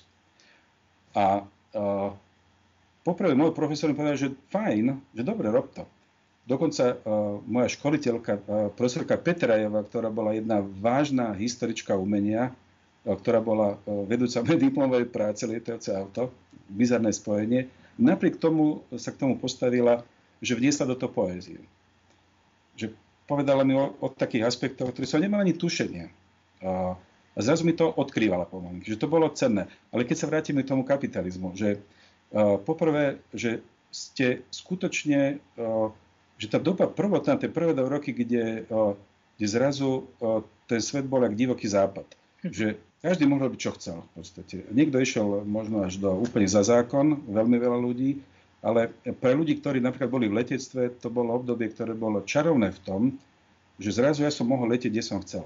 A uh, poprvé môj profesor mi povedal, že fajn, že dobre, rob to. Dokonca uh, moja školiteľka, uh, profesorka Petrajová, ktorá bola jedna vážna historička umenia, uh, ktorá bola uh, vedúca mojej diplomovej práce lietajúce auto, bizarné spojenie, napriek tomu sa k tomu postavila, že vniesla do toho poéziu. Že povedala mi o, o takých aspektoch, ktoré som nemal ani tušenia. A, a zrazu mi to odkrývala pomaly, že to bolo cenné. Ale keď sa vrátime k tomu kapitalizmu, že a, poprvé, že ste skutočne, a, že tá doba prvotná, tie prvé dva roky, kde, a, kde zrazu a, ten svet bol jak divoký západ. Že každý mohol robiť, čo chcel v podstate. Niekto išiel možno až do úplne za zákon, veľmi veľa ľudí, ale pre ľudí, ktorí napríklad boli v letectve, to bolo obdobie, ktoré bolo čarovné v tom, že zrazu ja som mohol letieť, kde som chcel.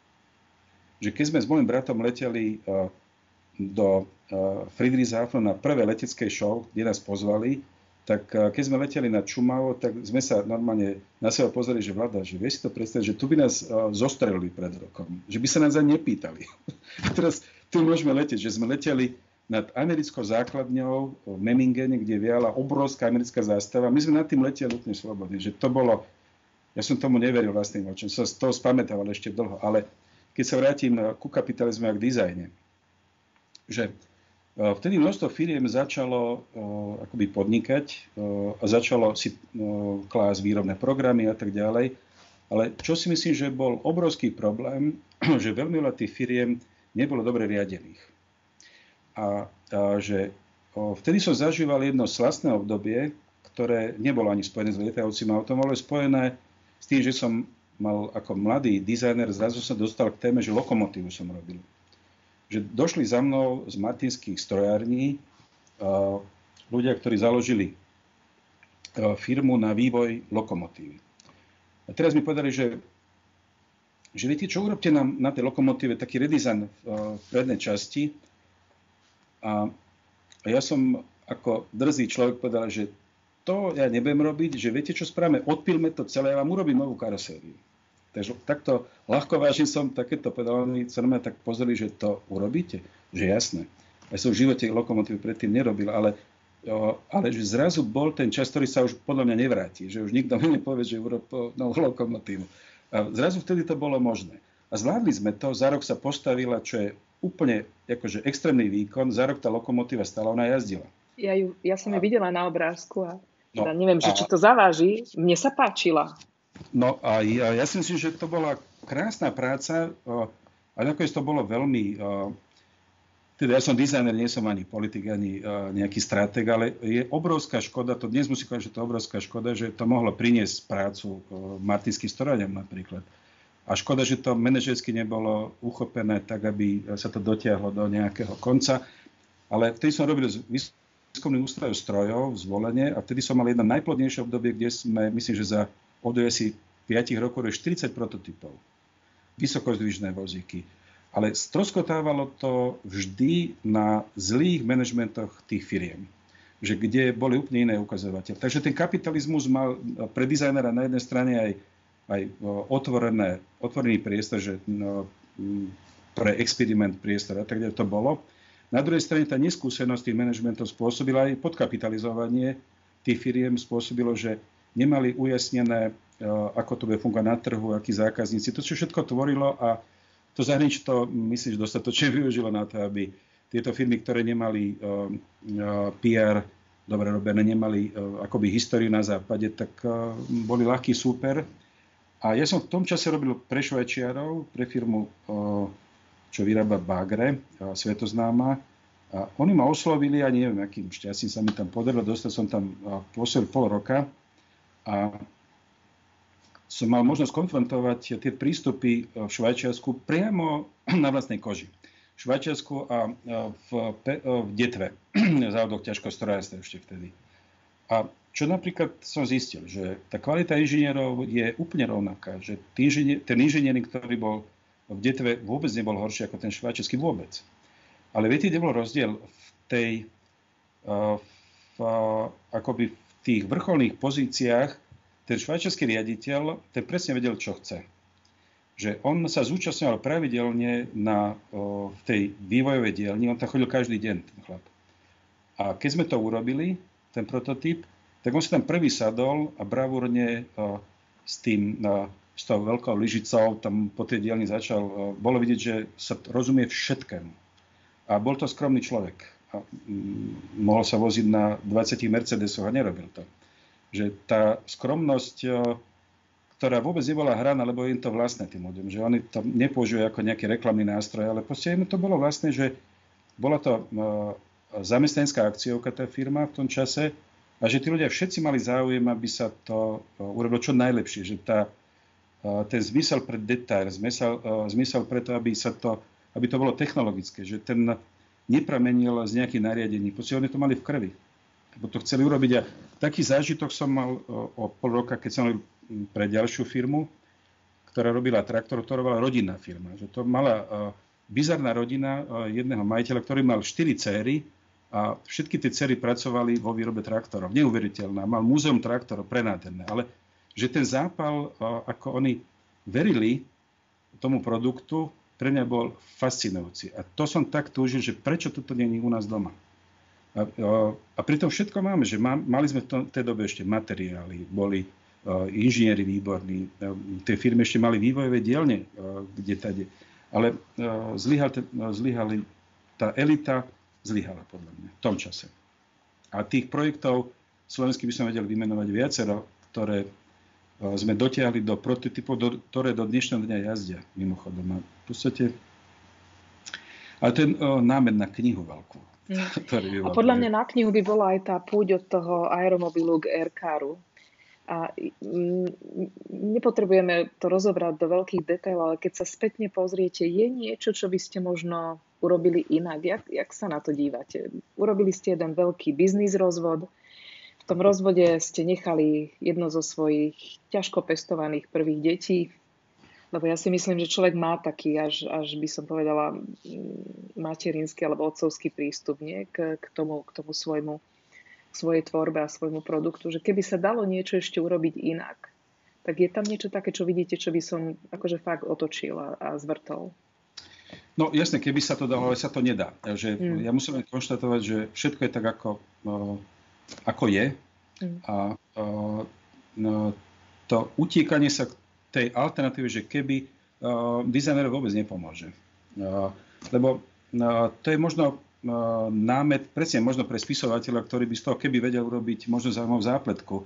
Že keď sme s môjim bratom leteli uh, do uh, Friedrichshafenu na prvé letecké show, kde nás pozvali, tak uh, keď sme leteli na Čumavo, tak sme sa normálne na seba pozreli, že Vlada, že vieš si to predstaviť, že tu by nás uh, zostrelili pred rokom. Že by sa nás ani nepýtali. Teraz tu môžeme letieť, že sme leteli nad americkou základňou v Memmingene, kde viala obrovská americká zástava. My sme nad tým leteli úplne slobodne. Že to bolo, ja som tomu neveril vlastným očom, som z toho spamätával ešte dlho. Ale keď sa vrátim ku kapitalizmu a k dizajne, že vtedy množstvo firiem začalo akoby podnikať a začalo si klásť výrobné programy a tak ďalej. Ale čo si myslím, že bol obrovský problém, že veľmi veľa tých firiem nebolo dobre riadených. A, a že o, vtedy som zažíval jedno slastné obdobie, ktoré nebolo ani spojené s lietajúcim autom, ale spojené s tým, že som mal ako mladý dizajner, zrazu sa dostal k téme, že lokomotívu som robil. Že došli za mnou z martinských strojární a, ľudia, ktorí založili a, firmu na vývoj lokomotívy. A teraz mi povedali, že, že viete čo, urobte nám na tej lokomotíve taký redizajn v prednej časti. A ja som ako drzý človek povedal, že to ja nebudem robiť, že viete, čo spravíme, odpilme to celé, ja vám urobím novú karosériu. Takže takto ľahko vážne som takéto povedal, oni sa na mňa tak pozreli, že to urobíte, že jasné. Ja som v živote lokomotívy predtým nerobil, ale, ale že zrazu bol ten čas, ktorý sa už podľa mňa nevráti, že už nikto mi nepovie, že urobil novú lokomotívu. A zrazu vtedy to bolo možné. A zvládli sme to, za rok sa postavila, čo je úplne akože extrémny výkon, za rok tá lokomotíva stála, ona jazdila. Ja, ju, ja som ju a... videla na obrázku a no, teda neviem, že a... či to zaváži. Mne sa páčila. No a ja, ja si myslím, že to bola krásna práca, a nakoniec to bolo veľmi... Teda ja som dizajner, nie som ani politik, ani nejaký stratég, ale je obrovská škoda, to dnes musím povedať, že to je obrovská škoda, že to mohlo priniesť prácu martinským strojárňam napríklad. A škoda, že to manažersky nebolo uchopené tak, aby sa to dotiahlo do nejakého konca. Ale vtedy som robil z výskumných ústavov strojov, zvolenie, a vtedy som mal jedno najplodnejšie obdobie, kde sme, myslím, že za obdobie asi päť rokov štyridsať prototypov. Vysokozdvižné vozíky. Ale stroskotávalo to vždy na zlých manažmentoch tých firiem, že kde boli úplne iné ukazovateľe. Takže ten kapitalizmus mal pre dizajnera na jednej strane aj aj otvorené, otvorený priestor, že no, pre experiment priestor a tak ďalej to bolo. Na druhej strane tá neskúsenosť tých manažmentov spôsobila aj podkapitalizovanie tých firiem, spôsobilo, že nemali ujasnené, ako to bude fungovať na trhu, akí zákazníci. To, čo všetko tvorilo a to zahraničie to, myslím, že dostatočne využilo na to, aby tieto firmy, ktoré nemali uh, uh, pé er dobre robené, nemali uh, akoby históriu na západe, tak uh, boli ľahký súper. A ja som v tom čase robil pre Švajčiarov, pre firmu, uh, čo vyrába bagre, uh, svetoznáma. A oni ma oslovili a neviem, akým šťastím sa mi tam podarilo. Dostal som tam uh, pôsobil pol roka a som mal možnosť konfrontovať tie prístupy v Švajčiarsku priamo na vlastnej koži. V Švajčiarsku a v, v Detve, závodoch ťažkostrojárstva ešte vtedy. A čo napríklad som zistil, že tá kvalita inžinierov je úplne rovnaká, že inžinier, ten inžinier, ktorý bol v Detve, vôbec nebol horší ako ten švajčiarsky vôbec. Ale viete, kde bol rozdiel v tej, v, akoby v tých vrcholných pozíciách, ten švajčiarsky riaditeľ, ten presne vedel, čo chce. Že on sa zúčastňoval pravidelne na, o, v tej vývojovej dielni, on tam chodil každý deň, ten chlap. A keď sme to urobili, ten prototyp, tak on sa tam prvý sadol a bravúrne o, s tým, o, s tou veľkou lyžicou tam po tej dielni začal, o, bolo vidieť, že sa rozumie všetkému. A bol to skromný človek. A, m, mohol sa voziť na dvadsiatich Mercedesoch a nerobil to. Že tá skromnosť, o, ktorá vôbec nebola hraná, lebo im to vlastné tým ľuďom, že oni to nepoužívajú ako nejaký reklamný nástroj, ale proste im to bolo vlastné, že bola to zamestnanecká akciovka tá firma v tom čase a že tí ľudia všetci mali záujem, aby sa to urobilo čo najlepšie, že tá, ten zmysel pre detail, zmysel, zmysel pre to, aby, sa to, aby to bolo technologické, že ten nepramenil z nejakých nariadení, proste oni to mali v krvi, lebo to chceli urobiť. A taký zážitok som mal o pol roka, keď som mal pre ďalšiu firmu, ktorá robila traktor, ktorá bola rodinná firma. Že to mala uh, bizarná rodina uh, jedného majiteľa, ktorý mal štyri céry a všetky tie céry pracovali vo výrobe traktorov. Neuveriteľná. Mal múzeum traktorov, prenádherné. Ale že ten zápal, uh, ako oni verili tomu produktu, pre mňa bol fascinujúci. A to som tak túžil, že prečo toto nie je u nás doma. A, uh, a pritom všetko máme, že má, mali sme v tom, tej dobe ešte materiály, boli inžinieri výborní. Tie firmy ešte mali vývojové dielne, kde tade. Ale zlyhali, zlyhali, tá elita zlyhala podľa mňa v tom čase. A tých projektov slovenských by sme vedeli vymenovať viacero, ktoré sme dotiahli do prototypov, do, ktoré do dnešného dňa jazdia, mimochodom. A v podstate, ale to je námed na knihu veľkú. Mm. A podľa mňa na knihu by bola aj tá púť od toho aeromobilu k aircaru. A nepotrebujeme to rozobrať do veľkých detailov, ale keď sa spätne pozriete, je niečo, čo by ste možno urobili inak? Jak, jak sa na to dívate? Urobili ste jeden veľký biznis rozvod. V tom rozvode ste nechali jedno zo svojich ťažko pestovaných prvých detí. Lebo ja si myslím, že človek má taký, až, až by som povedala, materinský alebo otcovský prístup, nie? K, k, tomu, k tomu svojmu svojej tvorbe a svojmu produktu, že keby sa dalo niečo ešte urobiť inak, tak je tam niečo také, čo vidíte, čo by som akože fakt otočil a, a zvrtol? No jasne, keby sa to dalo, ale sa to nedá. Že mm. Ja musím konštatovať, že všetko je tak, ako, uh, ako je. Mm. A uh, no, to utiekanie sa k tej alternatíve, že keby uh, dizajner vôbec nepomôže. Uh, lebo uh, to je možno námet, presne možno pre spisovateľa, ktorý by z toho keby vedel urobiť možno zaujímavú zápletku.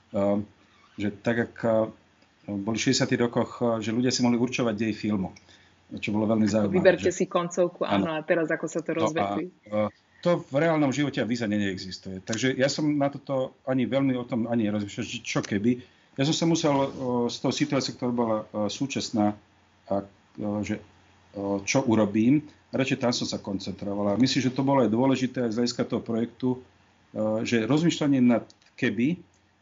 Že tak, ako boli v šesťdesiatych rokoch, že ľudia si mohli určovať dej filmu, čo bolo veľmi zaujímavé. Vyberte že... si koncovku, áno, a teraz ako sa to rozvetlí. No to v reálnom živote a dizajne neexistuje. Takže ja som na toto ani veľmi o tom ani nerozmýšľal, že čo keby. Ja som sa musel z toho situácie, ktorá bola súčasná, a, že čo urobím, radšej tam som sa koncentroval. A myslím, že to bolo aj dôležité aj z hľadiska toho projektu, že rozmýšľanie nad keby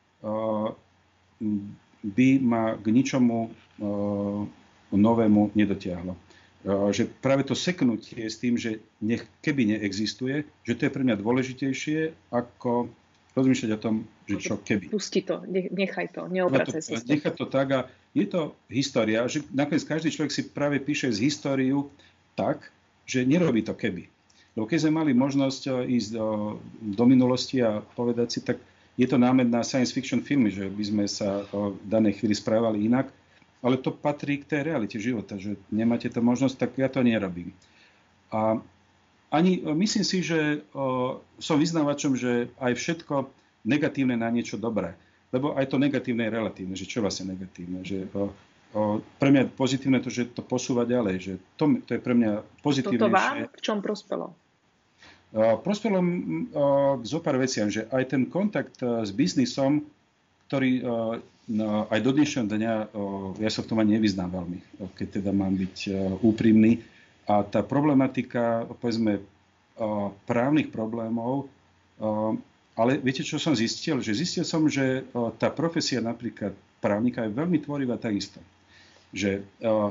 by ma k ničomu novému nedotiahlo. Že práve to seknutie s tým, že nech keby neexistuje, že to je pre mňa dôležitejšie, ako rozmýšľať o tom, že čo keby. Pusti to, nechaj to, neobracaj sa. Nechaj to tak a je to história, že nakoniec každý človek si práve píše z históriu tak, že nerobí to keby. Lebo keď sme mali možnosť ísť do, do minulosti a povedať si, tak je to námed na science fiction filmy, že by sme sa v danej chvíli správali inak, ale to patrí k tej realite života, že nemáte to možnosť, tak ja to nerobím. A Ani, myslím si, že o, som vyznávačom, že aj všetko negatívne na niečo dobré. Lebo aj to negatívne je relatívne. Že čo vlastne negatívne? Že, o, o, pre mňa je pozitívne to, že to posúva ďalej. Že to, to je pre mňa pozitívnejšie. Toto vám v čom prospelo? O, prospelo k zopár veciam, že aj ten kontakt s biznisom, ktorý o, no, aj do dnešného dňa, o, ja sa v tom ani nevyznám veľmi, keď teda mám byť o, úprimný. A tá problematika, povedzme, právnych problémov, ale viete, čo som zistil? Že zistil som, že tá profesia napríklad právnika je veľmi tvorivá takisto. Že,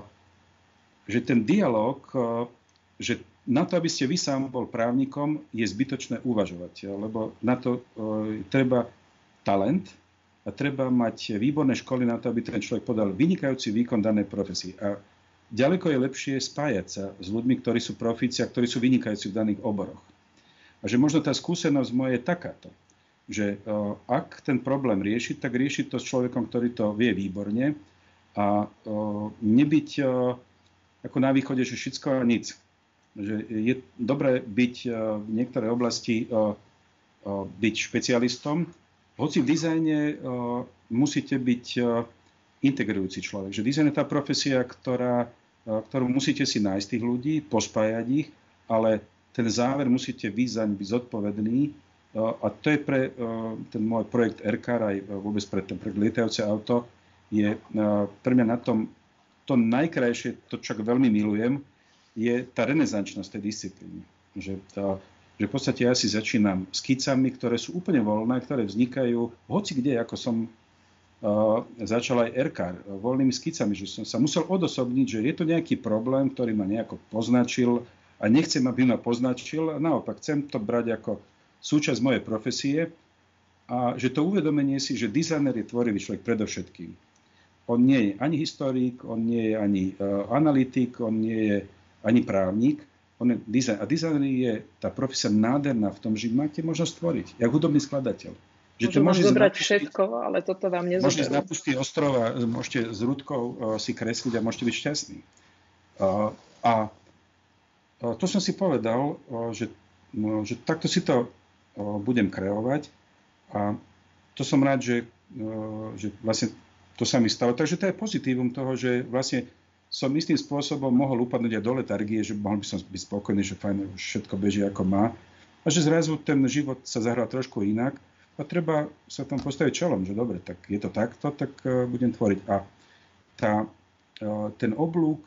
že ten dialog, že na to, aby ste vy sám bol právnikom, je zbytočné uvažovať. Lebo na to treba talent a treba mať výborné školy na to, aby ten človek podal vynikajúci výkon danej profesie. A ďaleko je lepšie spájať sa s ľuďmi, ktorí sú profíci a ktorí sú vynikajúci v daných oboroch. A že možno tá skúsenosť moja je takáto, že uh, ak ten problém riešiť, tak riešiť to s človekom, ktorý to vie výborne a uh, nebyť uh, ako na východe, že všetko a nic. Že je dobré byť uh, v niektorej oblasti uh, uh, byť špecialistom, hoci v dizajne uh, musíte byť uh, integrujúci človek. Že dizajn je tá profesia, ktorá, ktorú musíte si nájsť tých ľudí, pospájať ich, ale ten záver musíte vy zaň byť zodpovedný. A to je pre ten môj projekt Aircar, aj vôbec pre ten projekt lietajúce auto, je pre mňa na tom to najkrajšie, to čo veľmi milujem, je tá renesančnosť tej disciplíny. Že, tá, že v podstate ja si začínam skicami, ktoré sú úplne voľné, ktoré vznikajú hoci kde, ako som Uh, začal aj Aircar voľnými skicami, že som sa musel odosobniť, že je to nejaký problém, ktorý ma nejako poznačil a nechcem, aby ma poznačil. A naopak, chcem to brať ako súčasť mojej profesie a že to uvedomenie si, že dizajner je tvorivý človek predovšetkým. On nie je ani historik, on nie je ani uh, analytik, on nie je ani právnik. On je dizajn. A dizajner je tá profesia nádherná v tom, že máte možnosť tvoriť, jak hudobný skladateľ. Že to môže zobrať všetko, ale toto vám nezoberú. Môžete na pustý ostrov a môžete s rúdkou uh, si kresliť a môžete byť šťastní. Uh, a uh, to som si povedal, uh, že, uh, že takto si to uh, budem kreovať a to som rád, že, uh, že vlastne to sa mi stalo. Takže to je pozitívum toho, že vlastne som istým spôsobom mohol upadnúť aj do letargie, že mohol by som byť spokojný, že fajn, už všetko beží ako má. A že zrazu ten život sa zahral trošku inak. A treba sa tam postaviť čelom, že dobre, tak je to takto, tak uh, budem tvoriť. A tá, uh, ten oblúk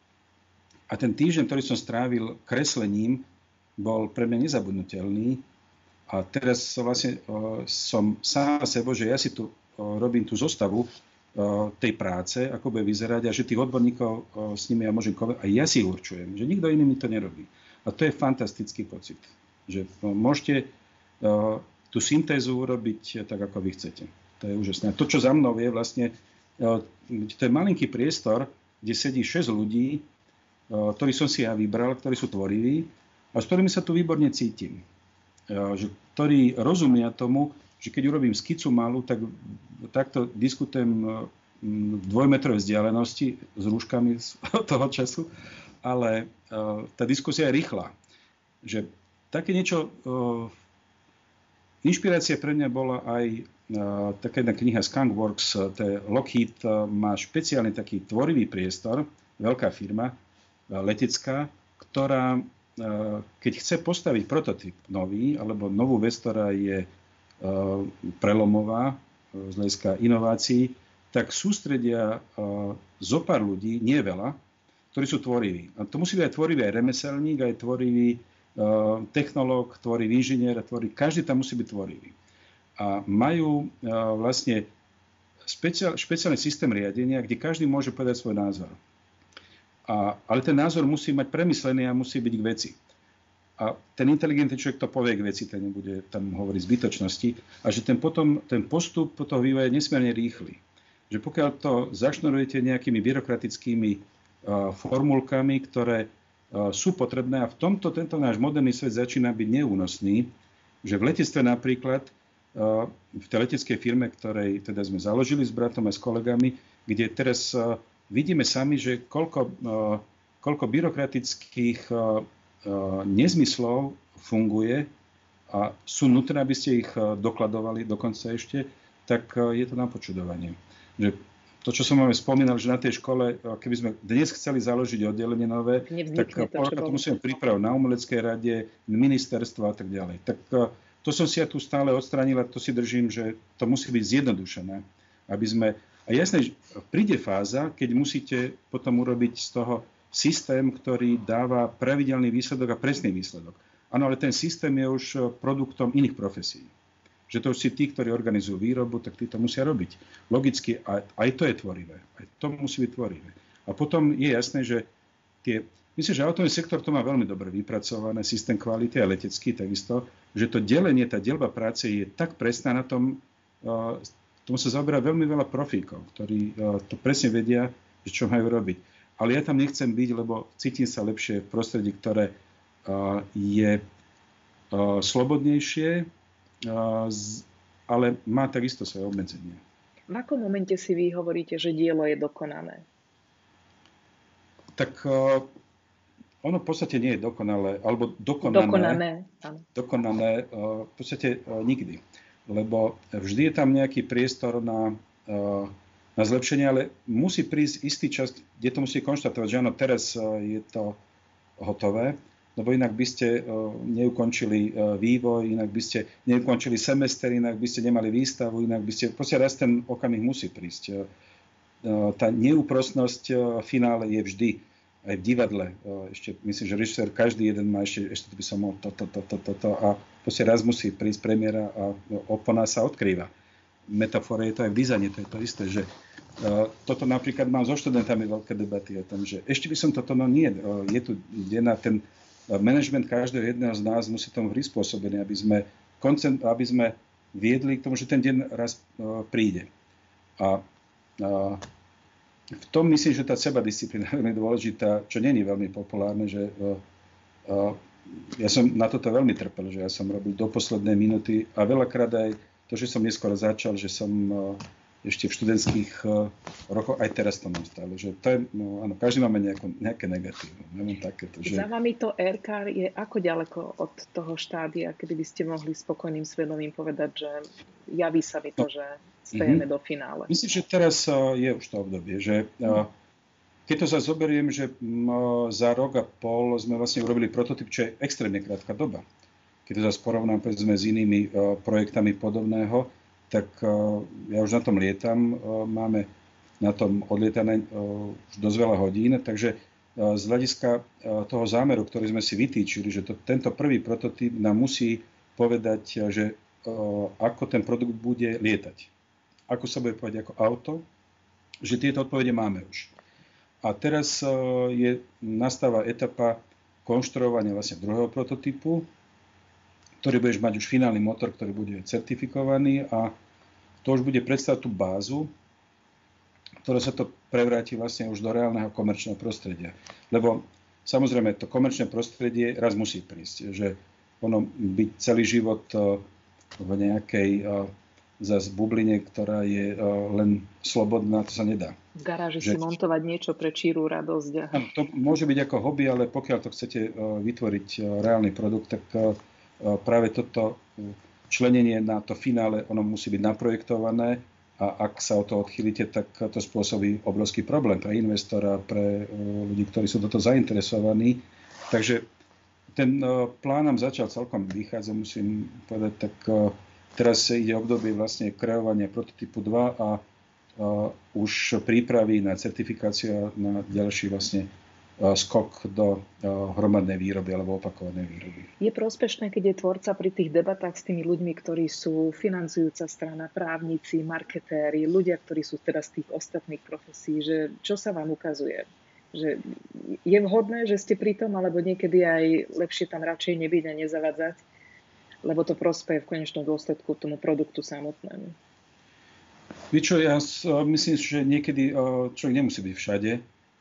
a ten týždeň, ktorý som strávil kreslením, bol pre mňa nezabudnutelný. A teraz vlastne uh, som sám sebou, že ja si tu uh, robím tú zostavu uh, tej práce, ako bude vyzerať a že tých odborníkov uh, s nimi ja môžem konať a ja si určujem, že nikto iný mi to nerobí. A to je fantastický pocit, že uh, môžete uh, tú syntézu urobiť tak, ako vy chcete. To je úžasné. A to, čo za mnou je vlastne, to je malinký priestor, kde sedí šesť ľudí, ktorí som si ja vybral, ktorí sú tvoriví a s ktorými sa tu výborne cítim. Ktorí rozumia tomu, že keď urobím skicu malú, tak takto diskutujem v dvojmetrovej vzdialenosti s rúškami z toho času, ale tá diskusia je rýchla. Že také niečo... Inšpirácia pre mňa bola aj uh, taká jedna kniha Skunkworks, to je Lockheed, uh, má špeciálny taký tvorivý priestor, veľká firma, uh, letecká, ktorá, uh, keď chce postaviť prototyp nový, alebo novú vec, ktorá je uh, prelomová uh, z hľadiska inovácií, tak sústredia uh, zo pár ľudí, nie veľa, ktorí sú tvoriví. A to musí byť aj tvorivý aj remeselník, aj tvorivý technológ, tvorivý inžinier, tvorivý, každý tam musí byť tvorivý. A majú vlastne špeciál, špeciálny systém riadenia, kde každý môže povedať svoj názor. A, ale ten názor musí mať premyslený a musí byť k veci. A ten inteligentný človek to povie k veci, ten nebude tam hovoriť zbytočnosti. A že ten, potom, ten postup toho vývoja je nesmierne rýchly. Že pokiaľ to zašnurujete nejakými byrokratickými uh, formulkami, ktoré sú potrebné a v tomto tento náš moderný svet začína byť neúnosný, že v letectve napríklad, v tej leteckej firme, ktorej teda sme založili s bratom a s kolegami, kde teraz vidíme sami, že koľko, koľko byrokratických nezmyslov funguje a sú nutné, aby ste ich dokladovali dokonca ešte, tak je to na počudovanie. Že to, čo som vám spomínal, že na tej škole, keby sme dnes chceli založiť oddelenie nové, tak to, to musíme pripraviť na umeleckej rade, ministerstva a tak ďalej. Tak to som si ja tu stále odstránil a to si držím, že to musí byť zjednodušené. Aby sme, a jasné, príde fáza, keď musíte potom urobiť z toho systém, ktorý dáva pravidelný výsledok a presný výsledok. Áno, ale ten systém je už produktom iných profesí. Že to už si tí, ktorí organizujú výrobu, tak tí to musia robiť. Logicky aj, aj to je tvorivé. Aj to musí byť tvorivé. A potom je jasné, že tie... Myslím, že automový sektor to má veľmi dobre vypracované, systém kvality a letecký takisto, že to delenie, tá dielba práce je tak presná na tom, uh, tomu sa zaoberá veľmi veľa profíkov, ktorí uh, to presne vedia, že čo majú robiť. Ale ja tam nechcem byť, lebo cítim sa lepšie v prostredí, ktoré uh, je uh, slobodnejšie, ale má takisto svoje obmedzenia. V akom momente si vy hovoríte, že dielo je dokonané? Tak uh, ono v podstate nie je dokonalé, alebo dokonané. Dokonané, áno. Dokonané uh, v podstate uh, nikdy. Lebo vždy je tam nejaký priestor na, uh, na zlepšenie, ale musí prísť istý čas, kde to musí konštatovať, že áno, teraz uh, je to hotové, lebo inak by ste neukončili vývoj, inak by ste neukončili semester, inak by ste nemali výstavu, inak by ste... Proste raz ten okamih musí prísť. Tá neúprosnosť v finále je vždy. Aj v divadle. Ešte myslím, že režisér, každý jeden má ešte, ešte by som mohol toto, toto, toto a proste raz musí prísť premiéra a opona sa odkrýva. Metafora je to aj v dizajne, to je to isté, že toto napríklad mám so študentami veľké debaty o tom, že ešte by som toto, no nie, je tu dená ten manažment každého jedného z nás musí tomu prispôsobený, aby sme, koncent, aby sme viedli k tomu, že ten deň raz uh, príde. A uh, v tom myslím, že tá sebadisciplína je veľmi dôležitá, čo nie je veľmi populárne, že uh, uh, ja som na toto veľmi trpel, že ja som robil do poslednej minúty a veľakrát aj to, že som neskôr začal, že som uh, ešte v študentských uh, rokoch, aj teraz to mám stále, že to je, no áno, každý máme nejako, nejaké negatívne. Neviem takéto, že... Za vami to er ká je ako ďaleko od toho štádia, kedy by ste mohli spokojným svedomím povedať, že javí sa mi to, no. že stajeme mm-hmm. do finále. Myslím, že teraz uh, je už to obdobie, že uh, keď to sa zoberiem, že uh, za rok a pol sme vlastne urobili prototyp, čo je extrémne krátka doba. Keď to sa porovnám povedzme s inými uh, projektami podobného, tak uh, ja už na tom lietam, uh, máme na tom odlietané uh, už dosť veľa hodín, takže uh, z hľadiska uh, toho zámeru, ktorý sme si vytýčili, že to, tento prvý prototyp nám musí povedať, uh, že uh, ako ten produkt bude lietať. Ako sa bude povedať ako auto, že tieto odpovede máme už. A teraz uh, je, nastáva etapa konštruovania vlastne druhého prototypu, ktorý budeš mať už finálny motor, ktorý bude certifikovaný a to už bude predstavať tú bázu, ktorá sa to prevráti vlastne už do reálneho komerčného prostredia. Lebo samozrejme to komerčné prostredie raz musí prísť, že ono byť celý život v nejakej zase bubline, ktorá je len slobodná, to sa nedá. V garáži že, si montovať niečo pre čírú radosť. A... To môže byť ako hobby, ale pokiaľ to chcete vytvoriť reálny produkt, tak práve toto členenie na to finále, ono musí byť naprojektované a ak sa o to odchýlite, tak to spôsobí obrovský problém pre investora, pre ľudí, ktorí sú toto zainteresovaní. Takže ten plán nám začal celkom vychádzať, musím povedať, tak teraz ide obdobie vlastne kreovania prototypu dva a už prípravy na certifikáciu a na ďalší vlastne skok do hromadnej výroby alebo opakovanej výroby. Je prospešné, keď je tvorca pri tých debatách s tými ľuďmi, ktorí sú financujúca strana, právnici, marketéri, ľudia, ktorí sú teda z tých ostatných profesí, že čo sa vám ukazuje? Že je vhodné, že ste pri tom, alebo niekedy aj lepšie tam radšej nebyť a nezavadzať, lebo to prospeje v konečnom dôsledku tomu produktu samotnému? Víš čo, ja myslím, že niekedy človek nemusí byť všade.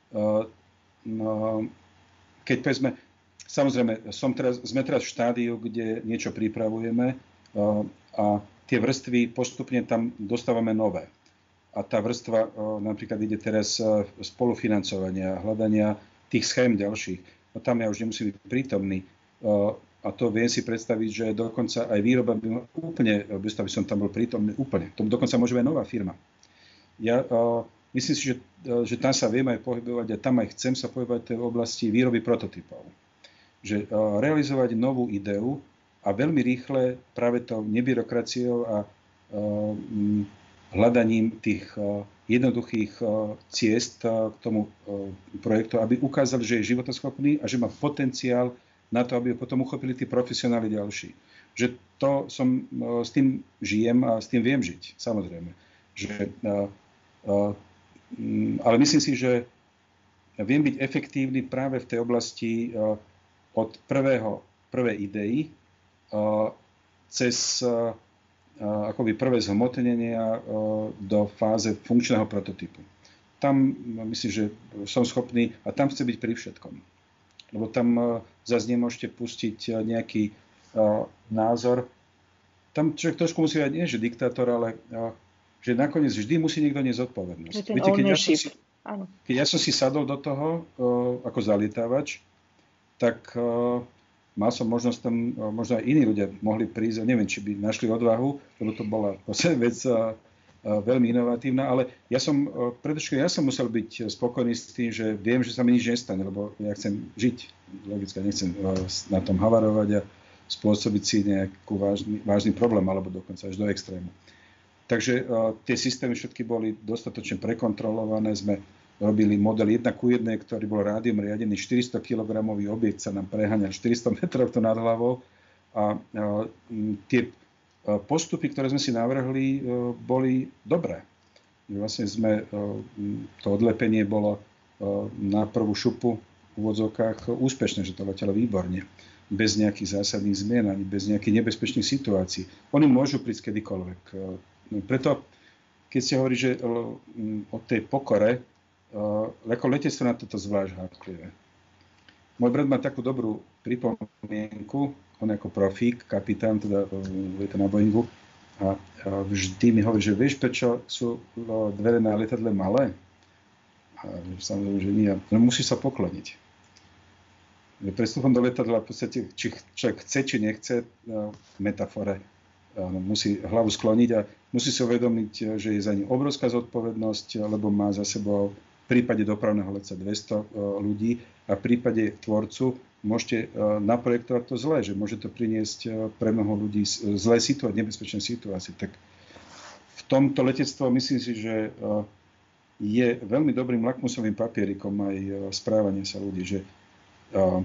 No, keď povedzme, samozrejme, som teraz, sme teraz v štádiu, kde niečo pripravujeme a tie vrstvy postupne tam dostávame nové. A tá vrstva napríklad ide teraz spolufinancovania, hľadania tých schém ďalších. a tam ja už nemusím byť prítomný. A to viem si predstaviť, že dokonca aj výroba by úplne, bez toho, aby som tam bol prítomný, úplne. To dokonca môže byť nová firma. Ja uh, myslím si, že, uh, že tam sa viem aj pohybovať a tam aj chcem sa pohybovať v oblasti výroby prototypov. Že uh, realizovať novú ideu a veľmi rýchle práve tou nebyrokraciou a uh, hľadaním tých uh, jednoduchých uh, ciest uh, k tomu uh, projektu, aby ukázali, že je životaschopný a že má potenciál na to, aby ho potom uchopili tí profesionáli ďalší. Že to som, uh, s tým žijem a s tým viem žiť, samozrejme. Že, uh, uh, ale myslím si, že viem byť efektívny práve v tej oblasti uh, od prvého, prvej idei uh, cez uh, uh, akoby prvé zhmotnenia uh, do fáze funkčného prototypu. Tam uh, myslím, že som schopný a tam chce byť pri všetkom. Lebo tam uh, zase nemôžete pustiť uh, nejaký uh, názor. Tam človek trošku musí byť nie, že diktátor, ale uh, že nakoniec vždy musí niekto niesť zodpovednosť. Viete, keď, ja si, keď ja som si sadol do toho uh, ako zalietávač, tak uh, mal som možnosť tam, uh, možno aj iní ľudia mohli prísť, neviem, či by našli odvahu, lebo to bola vec uh, uh, veľmi inovatívna, ale ja som, uh, predovšetkým ja som musel byť spokojný s tým, že viem, že sa mi nič nestane, lebo ja chcem žiť, logicky nechcem uh, na tom havarovať a spôsobiť si nejaký vážny, vážny problém, alebo dokonca až do extrému. Takže uh, tie systémy všetky boli dostatočne prekontrolované, sme robili model jeden ku jednej, ktorý bol rádiom riadený, štyristo kilogramový objekt sa nám preháňal štyristo metrov to nad hlavou a uh, tie uh, postupy, ktoré sme si navrhli, uh, boli dobré. Vlastne sme, uh, to odlepenie bolo uh, na prvú šupu v úvodzovkách úspešné, že to letelo výborne. Bez nejakých zásadných zmien, ani bez nejakých nebezpečných situácií. Oni môžu prísť kedykoľvek. Preto, keď ste hovorí, že o tej pokore, ako letectvo na toto zvlášť háklivé. Môj brat má takú dobrú pripomienku, on ako profík, kapitán, teda lieta na Boeingu, a vždy mi hovorí, že vieš, prečo sú dvere na lietadle malé? A samozrejme, že nie. No, musí sa pokloniť. Pred vstupom do lietadla, v podstate, či človek chce, či nechce, v metafore, musí hlavu skloniť a musí si uvedomiť, že je za ním obrovská zodpovednosť, lebo má za sebou v prípade dopravného letca dvesto ľudí a v prípade tvorcu môžete naprojektovať to zlé, že môže to priniesť pre mnoho ľudí zlé situácie, nebezpečné situácie. Tak v tomto letectvo myslím si, že je veľmi dobrým lakmusovým papierikom aj správanie sa ľudí, že Uh,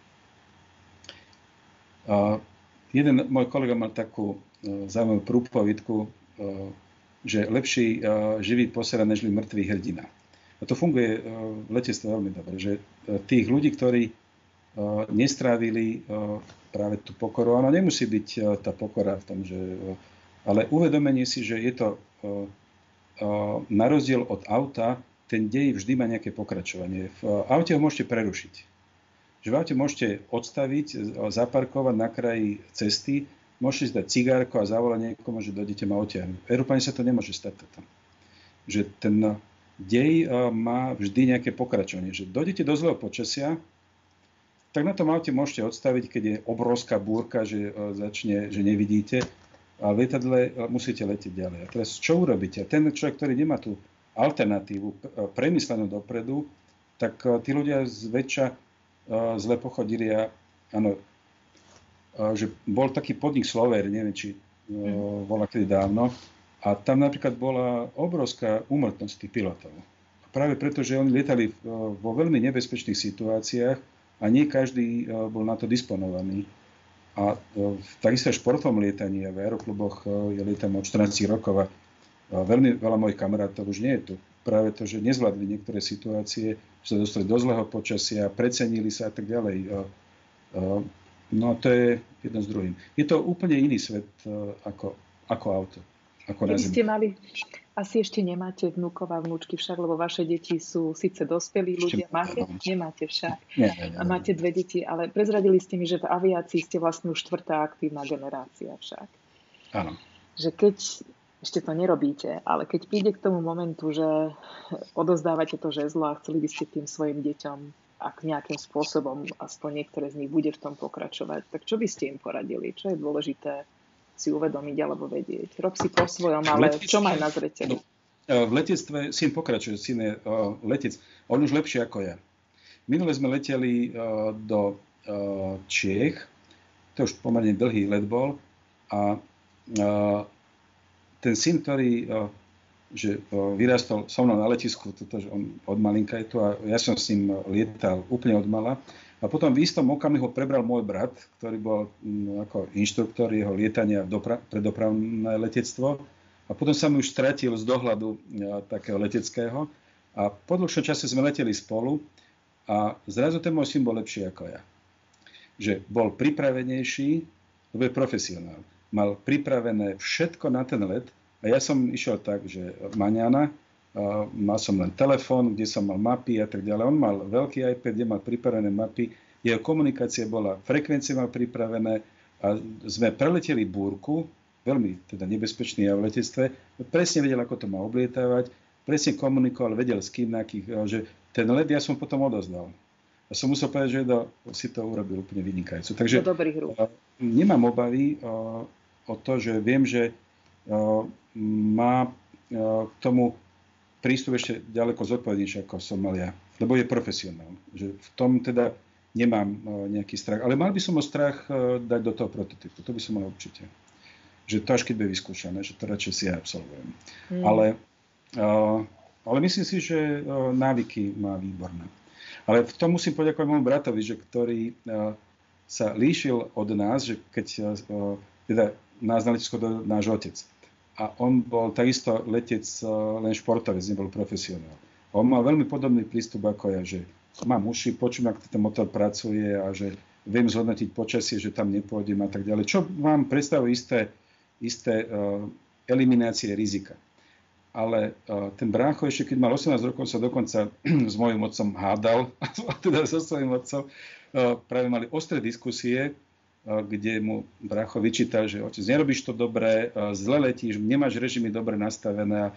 uh, jeden môj kolega mal takú uh, zaujímavú prúpovidku, uh, že lepší uh, živý posera, nežli mŕtvý hrdina. A to funguje uh, v letectve veľmi dobre, že uh, tých ľudí, ktorí uh, nestrávili uh, práve tú pokoru, ono nemusí byť uh, tá pokora v tom, že, uh, ale uvedomenie si, že je to uh, uh, na rozdiel od auta, ten dej vždy má nejaké pokračovanie. V uh, aute ho môžete prerušiť. Že v aute môžete odstaviť, zaparkovať na kraji cesty, môžete si dať cigárko a zavolať niekomu, že dojdete ma odtiahnuť. V Európane sa to nemôže stať toto. Že ten dej má vždy nejaké pokračovanie. Že dojdete do zlého počasia, tak na tom aute môžete odstaviť, keď je obrovská búrka, že začne, že nevidíte, a v lietadle musíte letieť ďalej. A teraz čo urobíte? Ten človek, ktorý nemá tú alternatívu premyslenú dopredu, tak tí ľudia zväčša zle pochodili a áno, že bol taký podnik Slovér, neviem, či mm. bola kedy dávno, a tam napríklad bola obrovská úmrtnosť tých pilotov. A práve preto, že oni lietali vo veľmi nebezpečných situáciách a nie každý bol na to disponovaný. A takisto aj v športovom lietaní a v aerokluboch ja lietam od štrnásť rokov a veľmi veľa mojich kamarátov už nie je tu. Práve to, že nezvládli niektoré situácie, že sa dostali do zlého počasia, precenili sa a tak ďalej. No to je jedno s druhým. Je to úplne iný svet ako, ako auto. Ako Keby ste mali, asi ešte nemáte vnúkov a vnúčky však, lebo vaše deti sú síce dospelí ľudia. Máte? Nemáte však. Nie, nie, nie, a máte dve deti, ale prezradili ste mi, že v aviácii ste vlastne už štvrtá aktívna generácia však. Áno. Že keď ešte to nerobíte, ale keď príde k tomu momentu, že odozdávate to žezlo a chceli by ste tým svojim deťom ak nejakým spôsobom aspoň niektoré z nich bude v tom pokračovať, tak čo by ste im poradili? Čo je dôležité si uvedomiť alebo vedieť? Rob si po svojom, ale čo maj na zreteli? V letectve syn pokračuje, syn je uh, letec. On už lepšie ako ja. Minule sme leteli uh, do uh, Čiech, to už pomerne dlhý let bol, a uh, ten syn, ktorý uh, že vyrastol so mnou na letisku, pretože on od malinka je tu a ja som s ním lietal úplne od mala. A potom v istom okamihu prebral môj brat, ktorý bol m, ako inštruktor jeho lietania dopra- pre dopravné letectvo. A potom sa mi už stratil z dohľadu a, takého leteckého. A po dlhšom čase sme leteli spolu a zrazu ten môj syn bol lepší ako ja. Že bol pripravenejší, lebo je profesionál. Mal pripravené všetko na ten let. A ja som išiel tak, že maňana, uh, mal som len telefón, kde som mal mapy a tak ďalej. On mal veľký iPad, kde mal pripravené mapy, jeho komunikácia bola, frekvencie mal pripravené a sme preleteli búrku, veľmi teda nebezpečný v letectve, presne vedel, ako to má oblietávať, presne komunikoval, vedel s kým, akých, že ten let ja som potom odozdal. A som musel povedať, že do, si to urobil úplne vynikajúco. Takže uh, nemám obavy uh, o to, že viem, že uh, má k tomu prístup ešte ďaleko zodpovednejšie, ako som mal ja. Lebo je profesionál. Že v tom teda nemám nejaký strach. Ale mal by som ho strach dať do toho prototypu. To by som mal určite. Že to až keď bude vyskúšané, že to radšej si ja absolvujem. Mm. Ale, ale myslím si, že návyky má výborné. Ale v tom musím poďakovať môjmu bratovi, že ktorý sa líšil od nás, že keď teda nás na letisku do náš otec. A on bol takisto letec, len športovec, nebol profesionál. On mal veľmi podobný prístup ako ja, že mám uši, počujem, ako ten motor pracuje a že viem zhodnotiť počasie, že tam nepôjdem a tak ďalej. Čo vám predstavuje isté, isté uh, eliminácie rizika. Ale uh, ten brácho ešte, keď mal osemnásť rokov, sa dokonca s mojím otcom hádal, teda so svojím otcom, uh, práve mali ostré diskusie, kde mu brácho vyčítal, že otec, nerobíš to dobre, zle letíš, nemáš režimy dobre nastavené. A,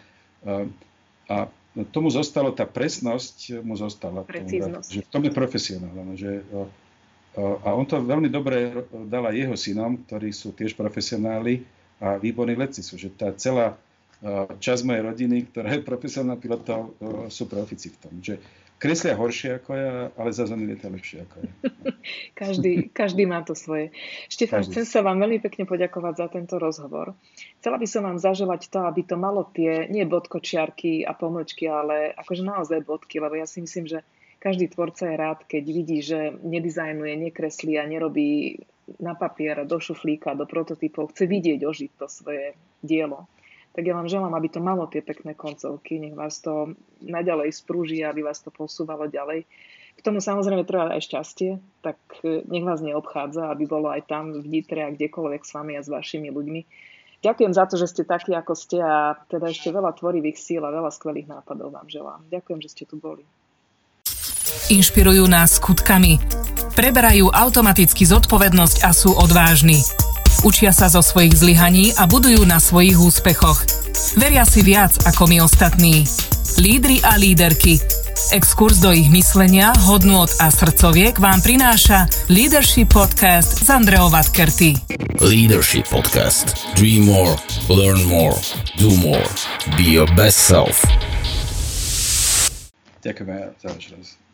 a tomu zostalo, tá presnosť mu zostala. Precíznosť. Že v tom je profesionál. Že, a on to veľmi dobre dala jeho synom, ktorí sú tiež profesionáli a výborní letci sú. Že tá celá časť mojej rodiny, ktorá je profesionálna pilotov, sú profici v tom. Že kreslia horšie ako ja, ale zase oni lieta lepšie ako ja. každý, každý má to svoje. Štefán, chcem sa vám veľmi pekne poďakovať za tento rozhovor. Chcela by som vám zaželať to, aby to malo tie, nie bodkočiarky a pomlčky, ale akože naozaj bodky, lebo ja si myslím, že každý tvorca je rád, keď vidí, že nedizajnuje, nekreslí a nerobí na papier, do šuflíka, do prototypov. Chce vidieť, ožiť to svoje dielo. Tak ja vám želám, aby to malo tie pekné koncovky, nech vás to naďalej sprúži, aby vás to posúvalo ďalej. K tomu samozrejme treba aj šťastie, tak nech vás neobchádza, aby bolo aj tam v Nitre a kdekoľvek s vami a s vašimi ľuďmi. Ďakujem za to, že ste takí, ako ste a teda ešte veľa tvorivých síl a veľa skvelých nápadov vám želám. Ďakujem, že ste tu boli. Inšpirujú nás skutkami, preberajú automaticky zodpovednosť a sú odvážni. Učia sa zo svojich zlyhaní a budujú na svojich úspechoch. Veria si viac ako my ostatní. Lídri a líderky. Exkurs do ich myslenia, hodnôt a srdcoviek vám prináša Leadership Podcast s Andreou Vatkerty. Leadership Podcast. Dream more, learn more, do more, be your best self. Ďakujem za váš raz.